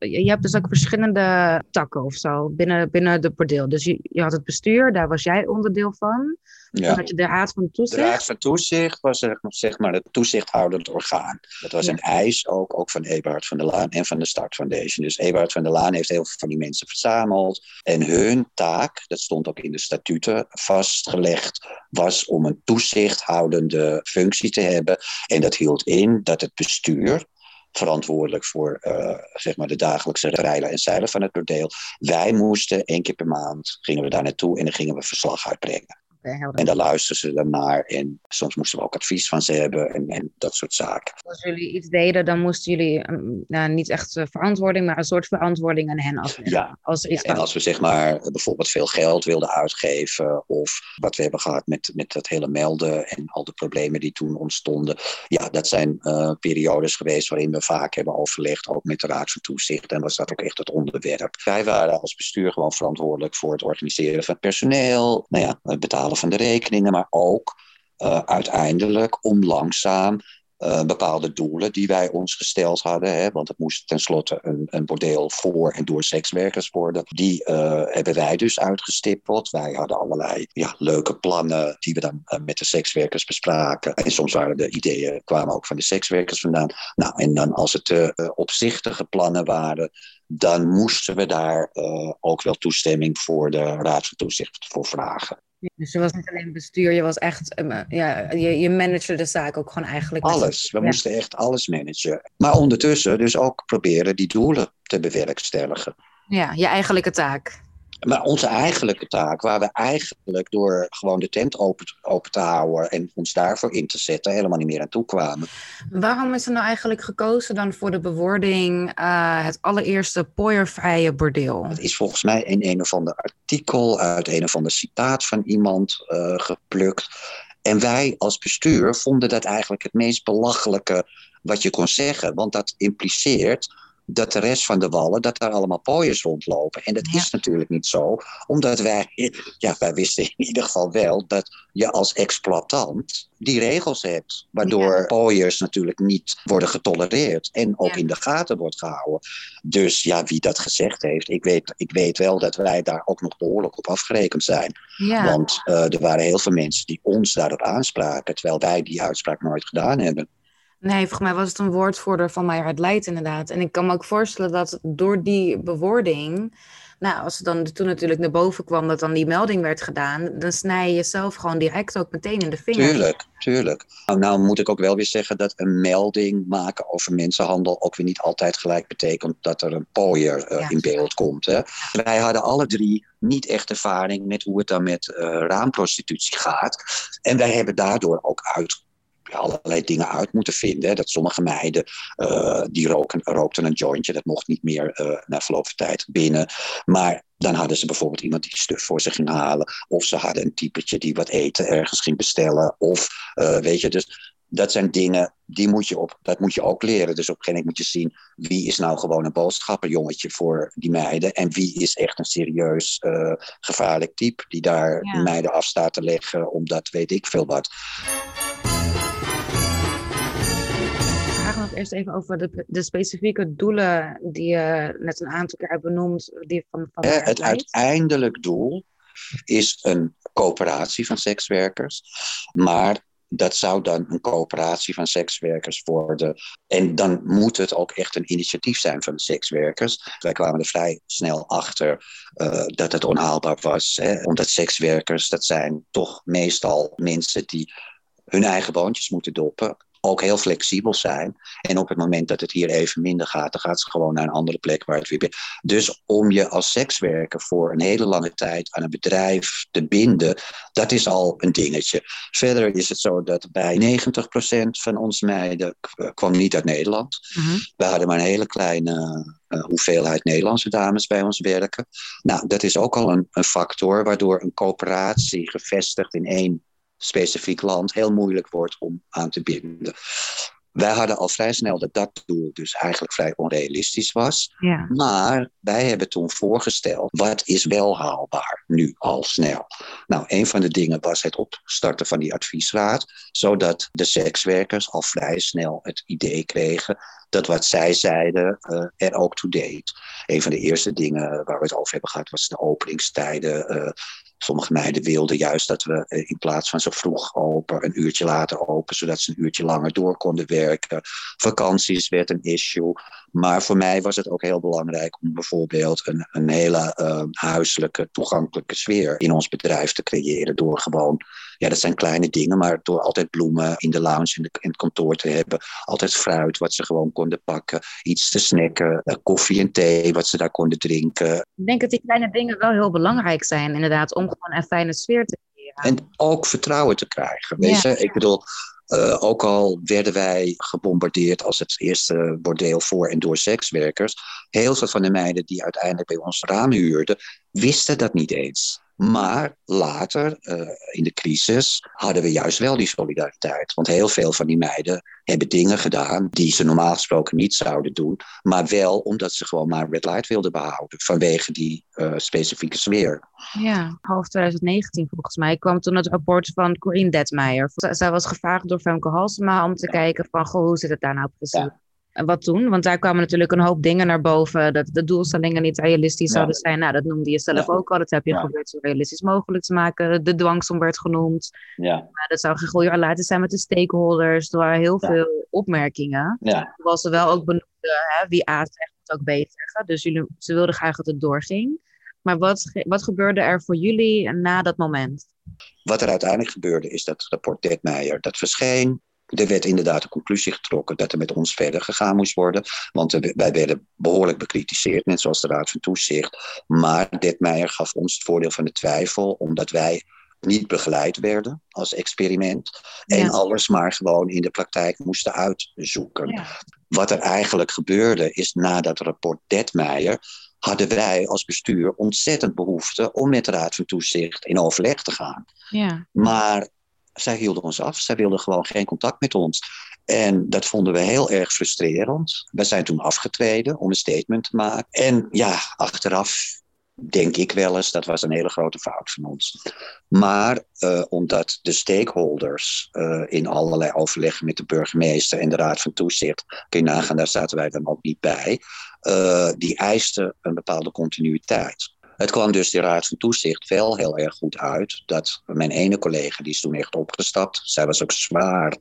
je hebt dus ook verschillende takken of zo binnen de bordeel. Dus je had het bestuur, daar was jij onderdeel van. Ja. Dan had je de Raad van Toezicht. De Raad van Toezicht was zeg maar het toezichthoudend orgaan. Dat was een eis ook van Eberhard van der Laan en van de Start Foundation. Dus Eberhard van der Laan heeft heel veel van die mensen verzameld. En hun taak, dat stond ook in de statuten vastgelegd, was om een toezichthoudende functie te hebben. En dat hield in dat het bestuur, verantwoordelijk voor zeg maar de dagelijkse rijden en zeilen van het bordeel. Wij moesten 1 keer per maand, gingen we daar naartoe en dan gingen we verslag uitbrengen. En daar luisterden ze dan naar en soms moesten we ook advies van ze hebben en dat soort zaken. Als jullie iets deden, dan moesten jullie niet echt verantwoording, maar een soort verantwoording aan hen afleggen. Ja, en als we zeg maar bijvoorbeeld veel geld wilden uitgeven of wat we hebben gehad met dat hele melden en al de problemen die toen ontstonden. Ja, dat zijn periodes geweest waarin we vaak hebben overlegd, ook met de Raad van Toezicht. En was dat ook echt het onderwerp. Wij waren als bestuur gewoon verantwoordelijk voor het organiseren van het personeel, het betalen van de rekeningen, maar ook uiteindelijk om langzaam bepaalde doelen die wij ons gesteld hadden, hè, want het moest tenslotte een bordeel voor en door sekswerkers worden. Die hebben wij dus uitgestippeld. Wij hadden allerlei leuke plannen die we dan met de sekswerkers bespraken. En soms waren de ideeën, kwamen ook van de sekswerkers vandaan. Nou, en dan als het opzichtige plannen waren, dan moesten we daar ook wel toestemming voor de Raad van Toezicht voor vragen. Dus je was niet alleen bestuur, je was echt, je managde de zaak ook gewoon eigenlijk. Alles, we moesten echt alles managen. Maar ondertussen dus ook proberen die doelen te bewerkstelligen. Ja, je eigenlijke taak. Maar onze eigenlijke taak, waar we eigenlijk door gewoon de tent open te houden en ons daarvoor in te zetten, helemaal niet meer aan toe kwamen. Waarom is er nou eigenlijk gekozen dan voor de bewoording het allereerste pooiervrije bordeel? Het is volgens mij in een of ander artikel uit een of ander citaat van iemand geplukt. En wij als bestuur vonden dat eigenlijk het meest belachelijke wat je kon zeggen. Want dat impliceert dat de rest van de wallen, dat daar allemaal pooiers rondlopen. En dat is natuurlijk niet zo. Omdat wij wisten in ieder geval wel dat je als exploitant die regels hebt. Waardoor pooiers natuurlijk niet worden getolereerd. En ook in de gaten wordt gehouden. Dus wie dat gezegd heeft, ik weet wel dat wij daar ook nog behoorlijk op afgerekend zijn. Ja. Want er waren heel veel mensen die ons daarop aanspraken, terwijl wij die uitspraak nooit gedaan hebben. Nee, volgens mij was het een woordvoerder van Meijer het Leidt inderdaad. En ik kan me ook voorstellen dat door die bewoording, als het dan toen natuurlijk naar boven kwam dat dan die melding werd gedaan, dan snij je jezelf gewoon direct ook meteen in de vingers. Tuurlijk. Nou moet ik ook wel weer zeggen dat een melding maken over mensenhandel ook weer niet altijd gelijk betekent dat er een pooier in beeld komt. Hè. Wij hadden alle 3 niet echt ervaring met hoe het dan met raamprostitutie gaat. En wij hebben daardoor ook allerlei dingen uit moeten vinden. Hè. Dat sommige meiden die rookten een jointje. Dat mocht niet meer na verloop van tijd binnen. Maar dan hadden ze bijvoorbeeld iemand die stuf voor ze ging halen. Of ze hadden een typetje die wat eten ergens ging bestellen. Of dus dat zijn dingen, dat moet je ook leren. Dus op een gegeven moment moet je zien, wie is nou gewoon een boodschapperjongetje voor die meiden. En wie is echt een serieus gevaarlijk type die daar meiden af staat te leggen. Omdat weet ik veel wat. Nog eerst even over de specifieke doelen die je net een aantal keer hebt benoemd. Die van het uiteindelijk doel is een coöperatie van sekswerkers. Maar dat zou dan een coöperatie van sekswerkers worden. En dan moet het ook echt een initiatief zijn van de sekswerkers. Wij kwamen er vrij snel achter dat het onhaalbaar was. Hè? Omdat sekswerkers, dat zijn toch meestal mensen die hun eigen boontjes moeten doppen. Ook heel flexibel zijn. En op het moment dat het hier even minder gaat, dan gaat ze gewoon naar een andere plek waar het weer. Dus om je als sekswerker voor een hele lange tijd aan een bedrijf te binden, dat is al een dingetje. Verder is het zo dat bij 90% van onze meiden kwam niet uit Nederland. Mm-hmm. We hadden maar een hele kleine hoeveelheid Nederlandse dames bij ons werken. Nou, dat is ook al een factor waardoor een coöperatie gevestigd in één specifiek land heel moeilijk wordt om aan te binden. Wij hadden al vrij snel dat doel dus eigenlijk vrij onrealistisch was. Ja. Maar wij hebben toen voorgesteld, wat is wel haalbaar nu al snel? Nou, een van de dingen was het opstarten van die adviesraad, zodat de sekswerkers al vrij snel het idee kregen dat wat zij zeiden er ook toe deed. Een van de eerste dingen waar we het over hebben gehad was de openingstijden. Sommige meiden wilden juist dat we in plaats van zo vroeg open, een uurtje later open, zodat ze een uurtje langer door konden werken. Vakanties werd een issue. Maar voor mij was het ook heel belangrijk om bijvoorbeeld een hele huiselijke, toegankelijke sfeer in ons bedrijf te creëren. Door gewoon, ja, dat zijn kleine dingen, maar door altijd bloemen in de lounge in het kantoor te hebben. Altijd fruit wat ze gewoon konden pakken. Iets te snacken, koffie en thee wat ze daar konden drinken. Ik denk dat die kleine dingen wel heel belangrijk zijn, inderdaad, om gewoon een fijne sfeer te creëren. En ook vertrouwen te krijgen. Weet je? Ik bedoel, ook al werden wij gebombardeerd als het eerste bordeel voor en door sekswerkers. Heel veel van de meiden die uiteindelijk bij ons ramen huurden, wisten dat niet eens. Maar later, in de crisis, hadden we juist wel die solidariteit. Want heel veel van die meiden hebben dingen gedaan die ze normaal gesproken niet zouden doen. Maar wel omdat ze gewoon maar red light wilden behouden. Vanwege die specifieke sfeer. Ja, half 2019 volgens mij kwam toen het rapport van Corien Detmeijer. Zij was gevraagd door Femke Halsema om te kijken van, goh, hoe zit het daar nou precies? Ja. En wat toen? Want daar kwamen natuurlijk een hoop dingen naar boven. Dat de doelstellingen niet realistisch zouden zijn. Nou, dat noemde je zelf ook al. Dat heb je geprobeerd zo realistisch mogelijk te maken. De dwangsom werd genoemd. Maar dat zou geen goede relatie zijn met de stakeholders. Er waren heel veel opmerkingen. Terwijl ze wel ook benoemden, wie A zegt, moet ook B zeggen. Dus ze wilden graag dat het doorging. Maar wat gebeurde er voor jullie na dat moment? Wat er uiteindelijk gebeurde is dat het rapport Detmeijer, dat verscheen. Er werd inderdaad een conclusie getrokken dat er met ons verder gegaan moest worden. Want wij werden behoorlijk bekritiseerd, net zoals de Raad van Toezicht. Maar Detmeijer gaf ons het voordeel van de twijfel, omdat wij niet begeleid werden als experiment. En alles maar gewoon in de praktijk moesten uitzoeken. Ja. Wat er eigenlijk gebeurde is, na dat rapport Detmeijer hadden wij als bestuur ontzettend behoefte om met de Raad van Toezicht in overleg te gaan. Ja. Maar zij hielden ons af. Zij wilden gewoon geen contact met ons. En dat vonden we heel erg frustrerend. We zijn toen afgetreden om een statement te maken. En ja, achteraf denk ik wel eens, dat was een hele grote fout van ons. Maar omdat de stakeholders in allerlei overleggen met de burgemeester en de Raad van Toezicht, kun je nagaan, daar zaten wij dan ook niet bij, die eisten een bepaalde continuïteit. Het kwam dus de Raad van Toezicht wel heel erg goed uit dat mijn ene collega, die is toen echt opgestapt. Zij was ook zwaar.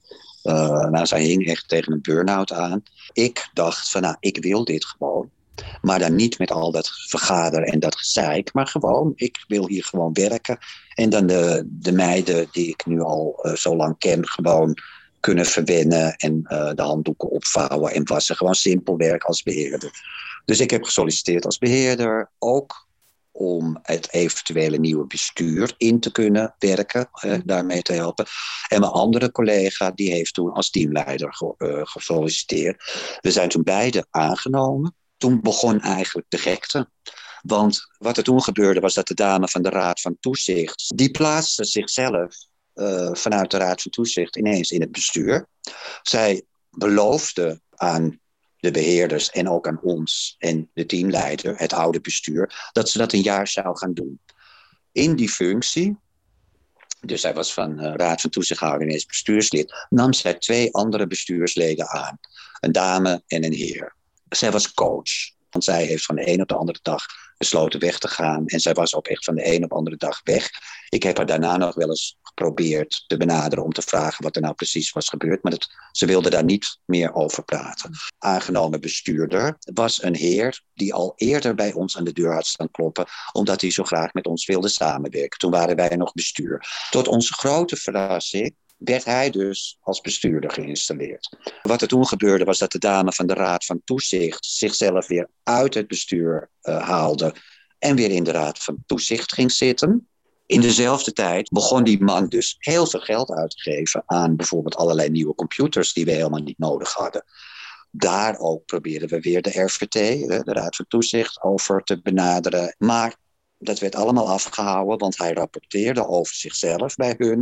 Zij hing echt tegen een burn-out aan. Ik dacht van, nou, ik wil dit gewoon. Maar dan niet met al dat vergaderen en dat gezeik. Maar gewoon, ik wil hier gewoon werken. En dan de meiden die ik nu al zo lang ken, gewoon kunnen verwennen. En de handdoeken opvouwen en wassen. Gewoon simpel werk als beheerder. Dus ik heb gesolliciteerd als beheerder. Ook om het eventuele nieuwe bestuur in te kunnen werken, daarmee te helpen. En mijn andere collega, die heeft toen als teamleider gesolliciteerd. We zijn toen beide aangenomen. Toen begon eigenlijk de gekte. Want wat er toen gebeurde was dat de dame van de Raad van Toezicht, die plaatste zichzelf vanuit de Raad van Toezicht ineens in het bestuur. Zij beloofde aan de beheerders en ook aan ons en de teamleider, het oude bestuur, dat ze dat een jaar zou gaan doen. In die functie, dus zij was van Raad van Toezichthouder ineens bestuurslid, nam zij 2 andere bestuursleden aan. Een dame en een heer. Zij was coach, want zij heeft van de een op de andere dag besloten weg te gaan. En zij was ook echt van de een op de andere dag weg. Ik heb haar daarna nog wel eens geprobeerd te benaderen om te vragen wat er nou precies was gebeurd. Maar ze wilde daar niet meer over praten. Aangenomen bestuurder was een heer die al eerder bij ons aan de deur had staan kloppen, omdat hij zo graag met ons wilde samenwerken. Toen waren wij nog bestuur. Tot onze grote verrassing werd hij dus als bestuurder geïnstalleerd. Wat er toen gebeurde was dat de dame van de Raad van Toezicht zichzelf weer uit het bestuur haalde en weer in de Raad van Toezicht ging zitten. In dezelfde tijd begon die man dus heel veel geld uit te geven aan bijvoorbeeld allerlei nieuwe computers die we helemaal niet nodig hadden. Daar ook probeerden we weer de RVT, de Raad van Toezicht, over te benaderen. Maar dat werd allemaal afgehouden, want hij rapporteerde over zichzelf bij hun.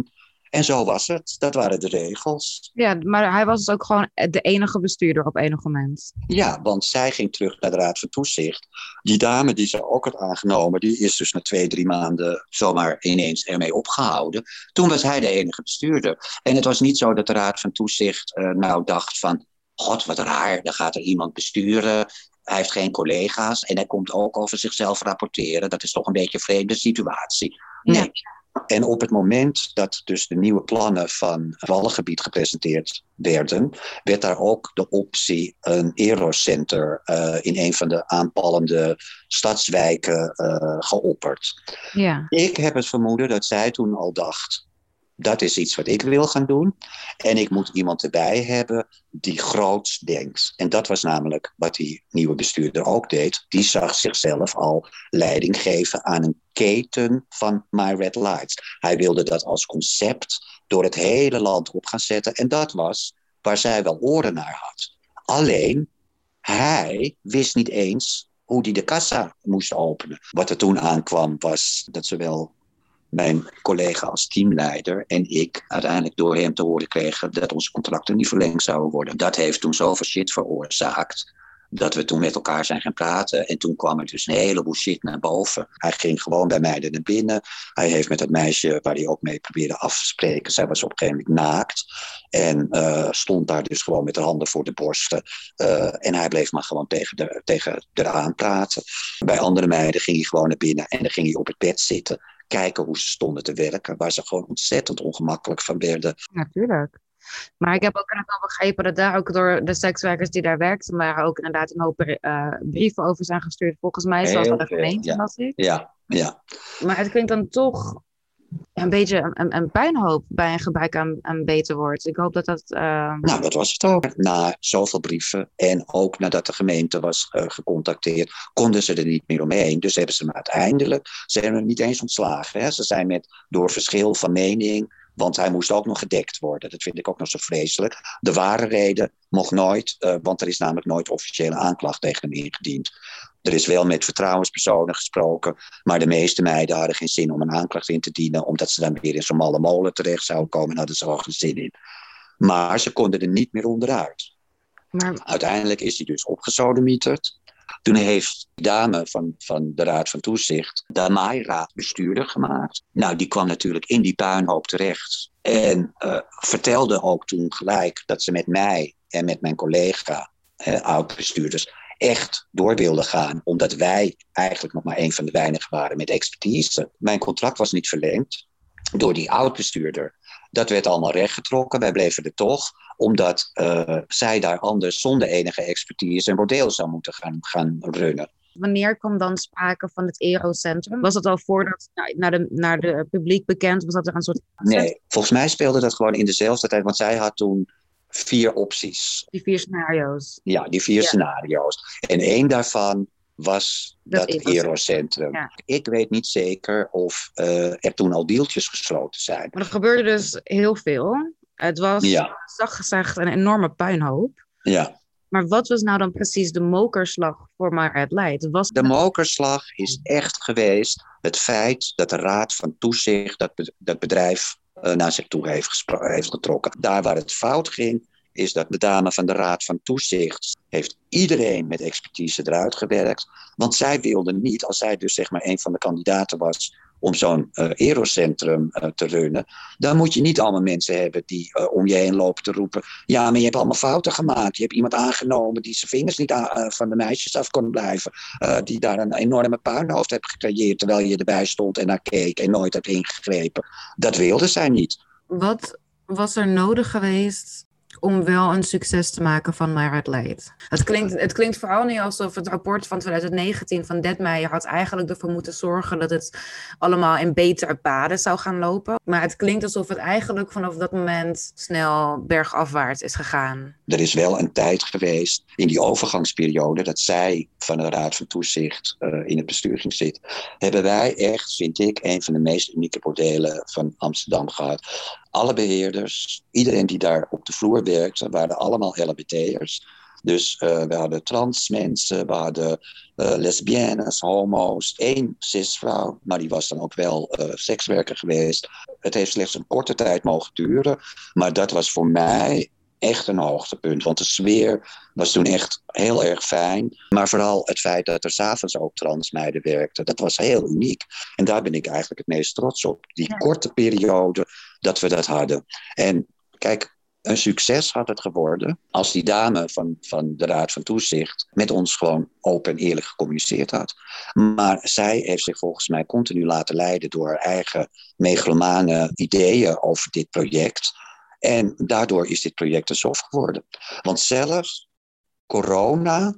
En zo was het. Dat waren de regels. Ja, maar hij was dus ook gewoon de enige bestuurder op enig moment. Ja, want zij ging terug naar de Raad van Toezicht. Die dame die ze ook had aangenomen, die is dus na 2-3 maanden zomaar ineens ermee opgehouden. Toen was hij de enige bestuurder. En het was niet zo dat de Raad van Toezicht nou dacht van, god wat raar, dan gaat er iemand besturen. Hij heeft geen collega's en hij komt ook over zichzelf rapporteren. Dat is toch een beetje een vreemde situatie. Nee. Ja. En op het moment dat dus de nieuwe plannen van het Wallengebied gepresenteerd werden, werd daar ook de optie een Aerocenter in een van de aanpallende stadswijken geopperd. Ja. Ik heb het vermoeden dat zij toen al dacht, dat is iets wat ik wil gaan doen. En ik moet iemand erbij hebben die groots denkt. En dat was namelijk wat die nieuwe bestuurder ook deed. Die zag zichzelf al leiding geven aan een keten van My Red Lights. Hij wilde dat als concept door het hele land op gaan zetten. En dat was waar zij wel oren naar had. Alleen, hij wist niet eens hoe hij de kassa moest openen. Wat er toen aankwam was dat zowel mijn collega als teamleider en ik uiteindelijk door hem te horen kregen dat onze contracten niet verlengd zouden worden. Dat heeft toen zoveel shit veroorzaakt dat we toen met elkaar zijn gaan praten. En toen kwam er dus een heleboel shit naar boven. Hij ging gewoon bij mij naar binnen. Hij heeft met dat meisje waar hij ook mee probeerde af te spreken. Zij was op een gegeven moment naakt. En stond daar dus gewoon met de handen voor de borsten. En hij bleef maar gewoon tegen eraan praten. Bij andere meiden ging hij gewoon naar binnen. En dan ging hij op het bed zitten. Kijken hoe ze stonden te werken. Waar ze gewoon ontzettend ongemakkelijk van werden. Natuurlijk. Maar ik heb ook wel begrepen dat daar ook door de sekswerkers die daar werkten, maar ook inderdaad een hoop brieven over zijn gestuurd. Volgens mij zoals de gemeente was ik. Ja. Maar het klinkt dan toch een beetje een puinhoop bij een gebrek aan beter woord. Ik hoop dat dat... Nou, dat was het ook. Na zoveel brieven en ook nadat de gemeente was gecontacteerd, konden ze er niet meer omheen. Dus hebben ze hem uiteindelijk, ze hebben hem niet eens ontslagen. Hè. Ze zijn door verschil van mening, want hij moest ook nog gedekt worden. Dat vind ik ook nog zo vreselijk. De ware reden mocht nooit, want er is namelijk nooit officiële aanklacht tegen hem ingediend. Er is wel met vertrouwenspersonen gesproken, maar de meeste meiden hadden geen zin om een aanklacht in te dienen, omdat ze dan weer in zo'n malle molen terecht zouden komen en hadden ze er geen zin in. Maar ze konden er niet meer onderuit. Maar uiteindelijk is hij dus opgesodemieterd. Toen heeft de dame van de Raad van Toezicht Damaira bestuurder gemaakt. Nou, die kwam natuurlijk in die puinhoop terecht. En vertelde ook toen gelijk dat ze met mij en met mijn collega, oud-bestuurders, echt door wilden gaan. Omdat wij eigenlijk nog maar een van de weinigen waren met expertise. Mijn contract was niet verlengd door die oud-bestuurder. Dat werd allemaal rechtgetrokken. Wij bleven er toch, omdat zij daar anders zonder enige expertise een bordeel zou moeten gaan runnen. Wanneer kwam dan sprake van het Aerocentrum? Was dat al voordat naar de publiek bekend? Was dat er een soort... Nee, volgens mij speelde dat gewoon in dezelfde tijd. Want zij had toen 4 opties. Die 4 scenario's. Ja, die 4 scenario's. En 1 daarvan was dat Aerocentrum. Ja. Ik weet niet zeker of er toen al deeltjes gesloten zijn. Maar er gebeurde dus heel veel. Het was, zacht gezegd, een enorme puinhoop. Ja. Maar wat was nou dan precies de mokerslag voor My Red Light? De mokerslag is echt geweest het feit dat de Raad van Toezicht dat bedrijf naar zich toe heeft getrokken. Daar waar het fout ging, is dat de dame van de Raad van Toezicht heeft iedereen met expertise eruit gewerkt. Want zij wilde niet, als zij dus zeg maar een van de kandidaten was om zo'n Aerocentrum te runnen, dan moet je niet allemaal mensen hebben die om je heen lopen te roepen, ja, maar je hebt allemaal fouten gemaakt. Je hebt iemand aangenomen die zijn vingers niet van de meisjes af kon blijven. Die daar een enorme puinhoofd heeft gecreëerd terwijl je erbij stond en naar keek en nooit hebt ingegrepen. Dat wilde zij niet. Wat was er nodig geweest om wel een succes te maken van My Red Light? Het klinkt vooral niet alsof het rapport van 2019 van Detmeijer had eigenlijk ervoor moeten zorgen dat het allemaal in betere paden zou gaan lopen. Maar het klinkt alsof het eigenlijk vanaf dat moment snel bergafwaarts is gegaan. Er is wel een tijd geweest in die overgangsperiode dat zij van de Raad van Toezicht in het bestuur ging zitten. Hebben wij echt, vind ik, een van de meest unieke bordelen van Amsterdam gehad. Alle beheerders, iedereen die daar op de vloer werkte, waren allemaal LHBT'ers. Dus we hadden trans mensen, we hadden lesbiennes, homo's, 1 cisvrouw, maar die was dan ook wel sekswerker geweest. Het heeft slechts een korte tijd mogen duren. Maar dat was voor mij echt een hoogtepunt. Want de sfeer was toen echt heel erg fijn. Maar vooral het feit dat er 's avonds ook transmeiden werkten. Dat was heel uniek. En daar ben ik eigenlijk het meest trots op. Die korte periode dat we dat hadden. En kijk, een succes had het geworden als die dame van de Raad van Toezicht met ons gewoon open en eerlijk gecommuniceerd had. Maar zij heeft zich volgens mij continu laten leiden door haar eigen megalomane ideeën over dit project. En daardoor is dit project een soft geworden. Want zelfs corona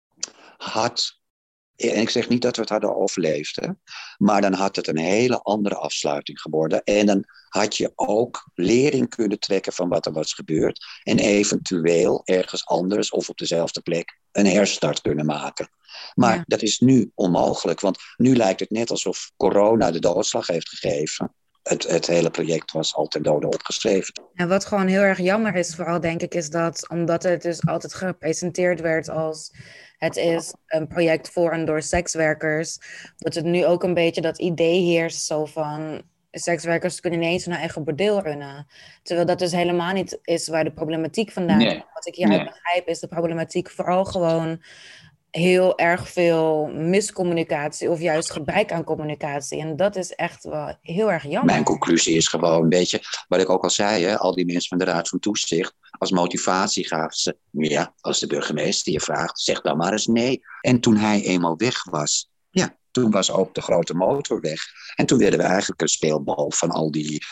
had, en ik zeg niet dat we het hadden overleefd, hè, maar dan had het een hele andere afsluiting geworden. En dan had je ook lering kunnen trekken van wat er was gebeurd. En eventueel ergens anders of op dezelfde plek een herstart kunnen maken. Maar dat is nu onmogelijk, want nu lijkt het net alsof corona de doodslag heeft gegeven. Het hele project was al ten dode opgeschreven. En wat gewoon heel erg jammer is, vooral denk ik, is dat omdat het dus altijd gepresenteerd werd als het is een project voor en door sekswerkers, dat het nu ook een beetje dat idee heerst zo van sekswerkers kunnen ineens hun eigen bordeel runnen. Terwijl dat dus helemaal niet is waar de problematiek vandaan komt. Wat ik hieruit begrijp is de problematiek vooral gewoon heel erg veel miscommunicatie of juist gebrek aan communicatie. En dat is echt wel heel erg jammer. Mijn conclusie is gewoon, weet je, wat ik ook al zei, hè, al die mensen van de Raad van Toezicht, als motivatie gaven ze, ja, als de burgemeester je vraagt, zeg dan maar eens nee. En toen hij eenmaal weg was, ja, toen was ook de grote motor weg. En toen werden we eigenlijk een speelbal van al die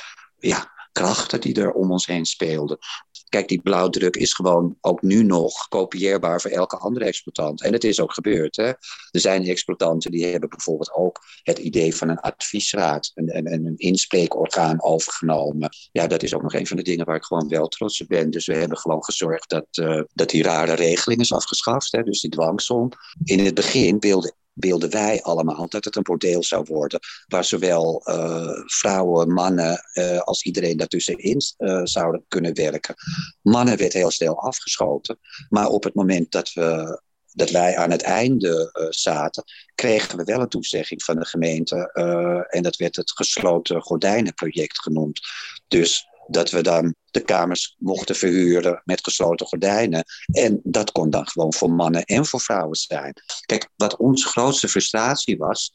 krachten die er om ons heen speelden. Kijk, die blauwdruk is gewoon ook nu nog kopieerbaar voor elke andere exploitant. En het is ook gebeurd. Hè? Er zijn exploitanten die hebben bijvoorbeeld ook het idee van een adviesraad, een inspreekorgaan overgenomen. Ja, dat is ook nog een van de dingen waar ik gewoon wel trots op ben. Dus we hebben gewoon gezorgd dat die rare regeling is afgeschaft. Hè? Dus die dwangsom. In het begin wilden wij allemaal dat het een bordeel zou worden, waar zowel vrouwen, mannen als iedereen daartussenin zouden kunnen werken. Mannen werd heel snel afgeschoten, maar op het moment dat wij aan het einde zaten, kregen we wel een toezegging van de gemeente en dat werd het gesloten gordijnenproject genoemd. Dus dat we dan de kamers mochten verhuren met gesloten gordijnen. En dat kon dan gewoon voor mannen en voor vrouwen zijn. Kijk, wat onze grootste frustratie was,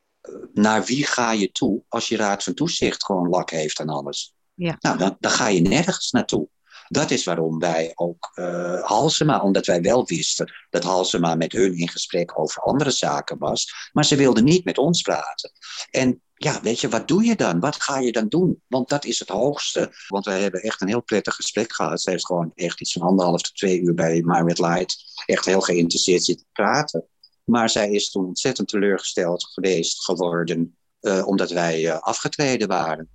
naar wie ga je toe als je Raad van Toezicht gewoon lak heeft aan alles? Ja. Nou, dan ga je nergens naartoe. Dat is waarom wij ook Halsema, omdat wij wel wisten dat Halsema met hun in gesprek over andere zaken was, maar ze wilden niet met ons praten. En ja, weet je, wat doe je dan? Wat ga je dan doen? Want dat is het hoogste. Want wij hebben echt een heel prettig gesprek gehad. Ze heeft gewoon echt iets van 1,5 tot 2 uur bij Margaret Light echt heel geïnteresseerd zitten praten. Maar zij is toen ontzettend teleurgesteld geworden, omdat wij afgetreden waren.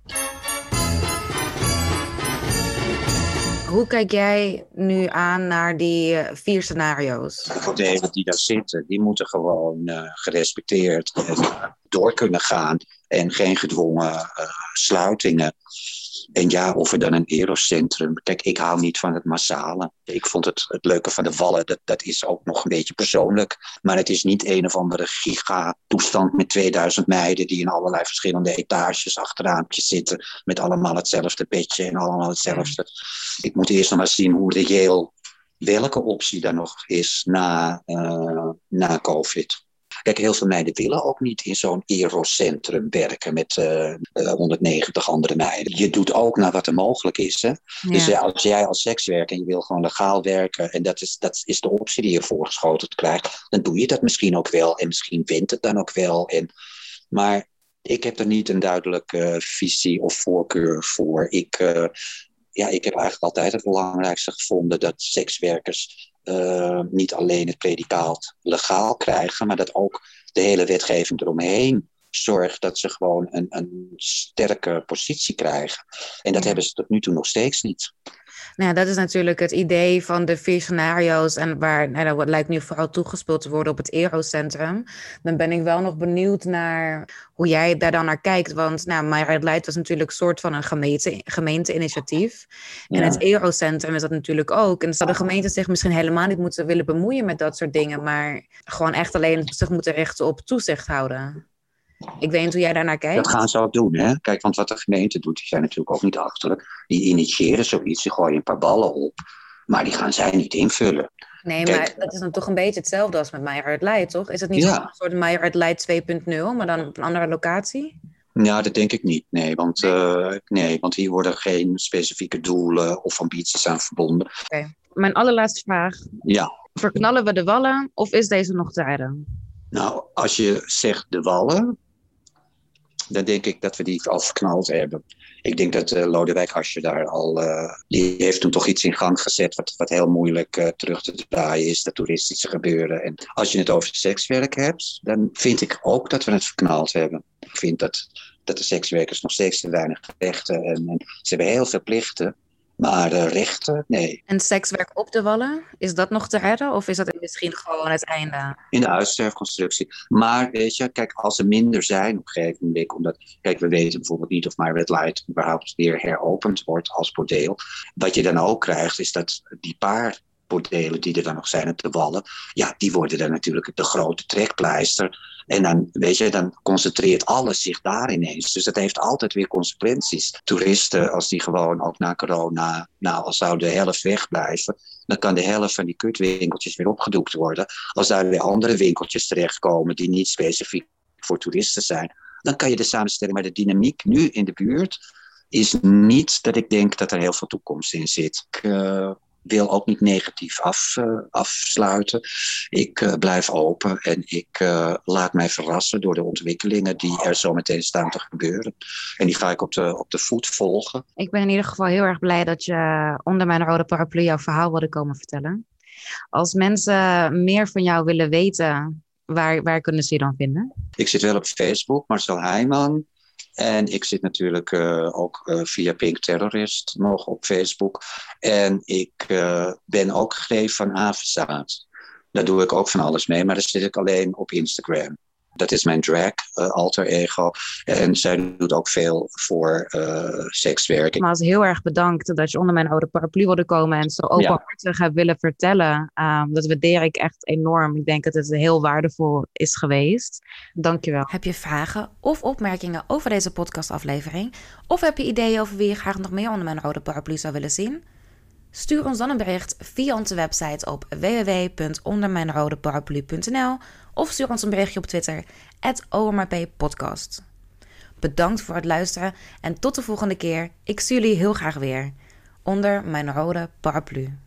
Hoe kijk jij nu aan naar die 4 scenario's? De voordelen die daar zitten, die moeten gewoon gerespecteerd door kunnen gaan. En geen gedwongen sluitingen. En ja, of er dan een erocentrum. Kijk, ik hou niet van het massale. Ik vond het leuke van de Wallen, dat is ook nog een beetje persoonlijk. Maar het is niet een of andere gigatoestand met 2000 meiden die in allerlei verschillende etages achter raampjes zitten. Met allemaal hetzelfde bedje en allemaal hetzelfde. Ik moet eerst nog maar zien hoe reëel welke optie daar nog is na COVID. Kijk, heel veel meiden willen ook niet in zo'n erocentrum werken met 190 andere meiden. Je doet ook naar wat er mogelijk is. Hè? Ja. Dus als jij als sekswerker en je wil gewoon legaal werken en dat is de optie die je voorgeschoten krijgt, dan doe je dat misschien ook wel en misschien wint het dan ook wel. Maar ik heb er niet een duidelijke visie of voorkeur voor. Ik heb eigenlijk altijd het belangrijkste gevonden dat sekswerkers niet alleen het predicaat legaal krijgen, maar dat ook de hele wetgeving eromheen zorgt dat ze gewoon een sterke positie krijgen. En dat hebben ze tot nu toe nog steeds niet. Nou, dat is natuurlijk het idee van de 4 scenario's en dat lijkt nu vooral toegespeeld te worden op het Erocentrum. Dan ben ik wel nog benieuwd naar hoe jij daar dan naar kijkt, want Margaret Light was natuurlijk een soort van een gemeente-initiatief. Ja. En het Erocentrum is dat natuurlijk ook. En zou de gemeente zich misschien helemaal niet moeten willen bemoeien met dat soort dingen, maar gewoon echt alleen zich moeten richten op toezicht houden? Ik weet niet hoe jij daarnaar kijkt. Dat gaan ze ook doen, hè? Kijk, want wat de gemeente doet, die zijn natuurlijk ook niet achterlijk. Die initiëren zoiets, die gooien een paar ballen op. Maar die gaan zij niet invullen. Nee, Kijk, maar dat is dan toch een beetje hetzelfde als met My Heart Leid, toch? Is het niet gewoon ja, een soort My Heart Leid 2.0, maar dan op een andere locatie? ja, dat denk ik niet. Nee, want hier worden geen specifieke doelen of ambities aan verbonden. Oké. Mijn allerlaatste vraag. Ja, Verknallen we de wallen of is deze nog te redden? nou, als je zegt de wallen, dan denk ik dat we die al verknald hebben. Ik denk dat Lodewijk Asscher daar al... die heeft toen toch iets in gang gezet wat heel moeilijk terug te draaien is, dat toeristische gebeuren. En als je het over sekswerk hebt, dan vind ik ook dat we het verknald hebben. Ik vind dat de sekswerkers nog steeds te weinig rechten en ze hebben heel veel plichten. Maar rechten, nee. En sekswerk op de wallen, is dat nog te redden? Of is dat misschien gewoon het einde? In de uitsterfconstructie. Maar weet je, kijk, als er minder zijn op een gegeven moment, omdat, kijk, we weten bijvoorbeeld niet of My Red Light überhaupt weer heropend wordt als bordeel. Wat je dan ook krijgt, is dat die paar bordelen die er dan nog zijn op de wallen, ja, die worden dan natuurlijk de grote trekpleister. En dan, weet je, dan concentreert alles zich daar ineens. Dus dat heeft altijd weer consequenties. Toeristen, als die gewoon ook na corona, nou, als zou de helft wegblijven, dan kan de helft van die kutwinkeltjes weer opgedoekt worden. Als daar weer andere winkeltjes terechtkomen die niet specifiek voor toeristen zijn, dan kan je de samenstelling, maar de dynamiek nu in de buurt is niet dat ik denk dat er heel veel toekomst in zit. Ik wil ook niet negatief afsluiten. Ik blijf open en ik laat mij verrassen door de ontwikkelingen die er zo meteen staan te gebeuren. En die ga ik op de voet volgen. Ik ben in ieder geval heel erg blij dat je onder mijn rode paraplu jouw verhaal wilde komen vertellen. Als mensen meer van jou willen weten, waar kunnen ze je dan vinden? Ik zit wel op Facebook, Marcel Heijman. En ik zit natuurlijk ook via Pink Terrorist nog op Facebook. En ik ben ook gegeven van Avenzaad. Daar doe ik ook van alles mee, maar daar zit ik alleen op Instagram. Dat is mijn drag alter ego. En zij doet ook veel voor sekswerk. Maar heel erg bedankt dat je onder mijn rode paraplu wilde komen en zo openhartig hebt willen vertellen. Dat waardeer ik echt enorm. Ik denk dat het heel waardevol is geweest. Dankjewel. Heb je vragen of opmerkingen over deze podcastaflevering? Of heb je ideeën over wie je graag nog meer onder mijn rode paraplu zou willen zien? Stuur ons dan een bericht via onze website op www.ondermijnrodeparaplu.nl of stuur ons een berichtje op Twitter @omrppodcast. Bedankt voor het luisteren en tot de volgende keer. Ik zie jullie heel graag weer onder mijn rode paraplu.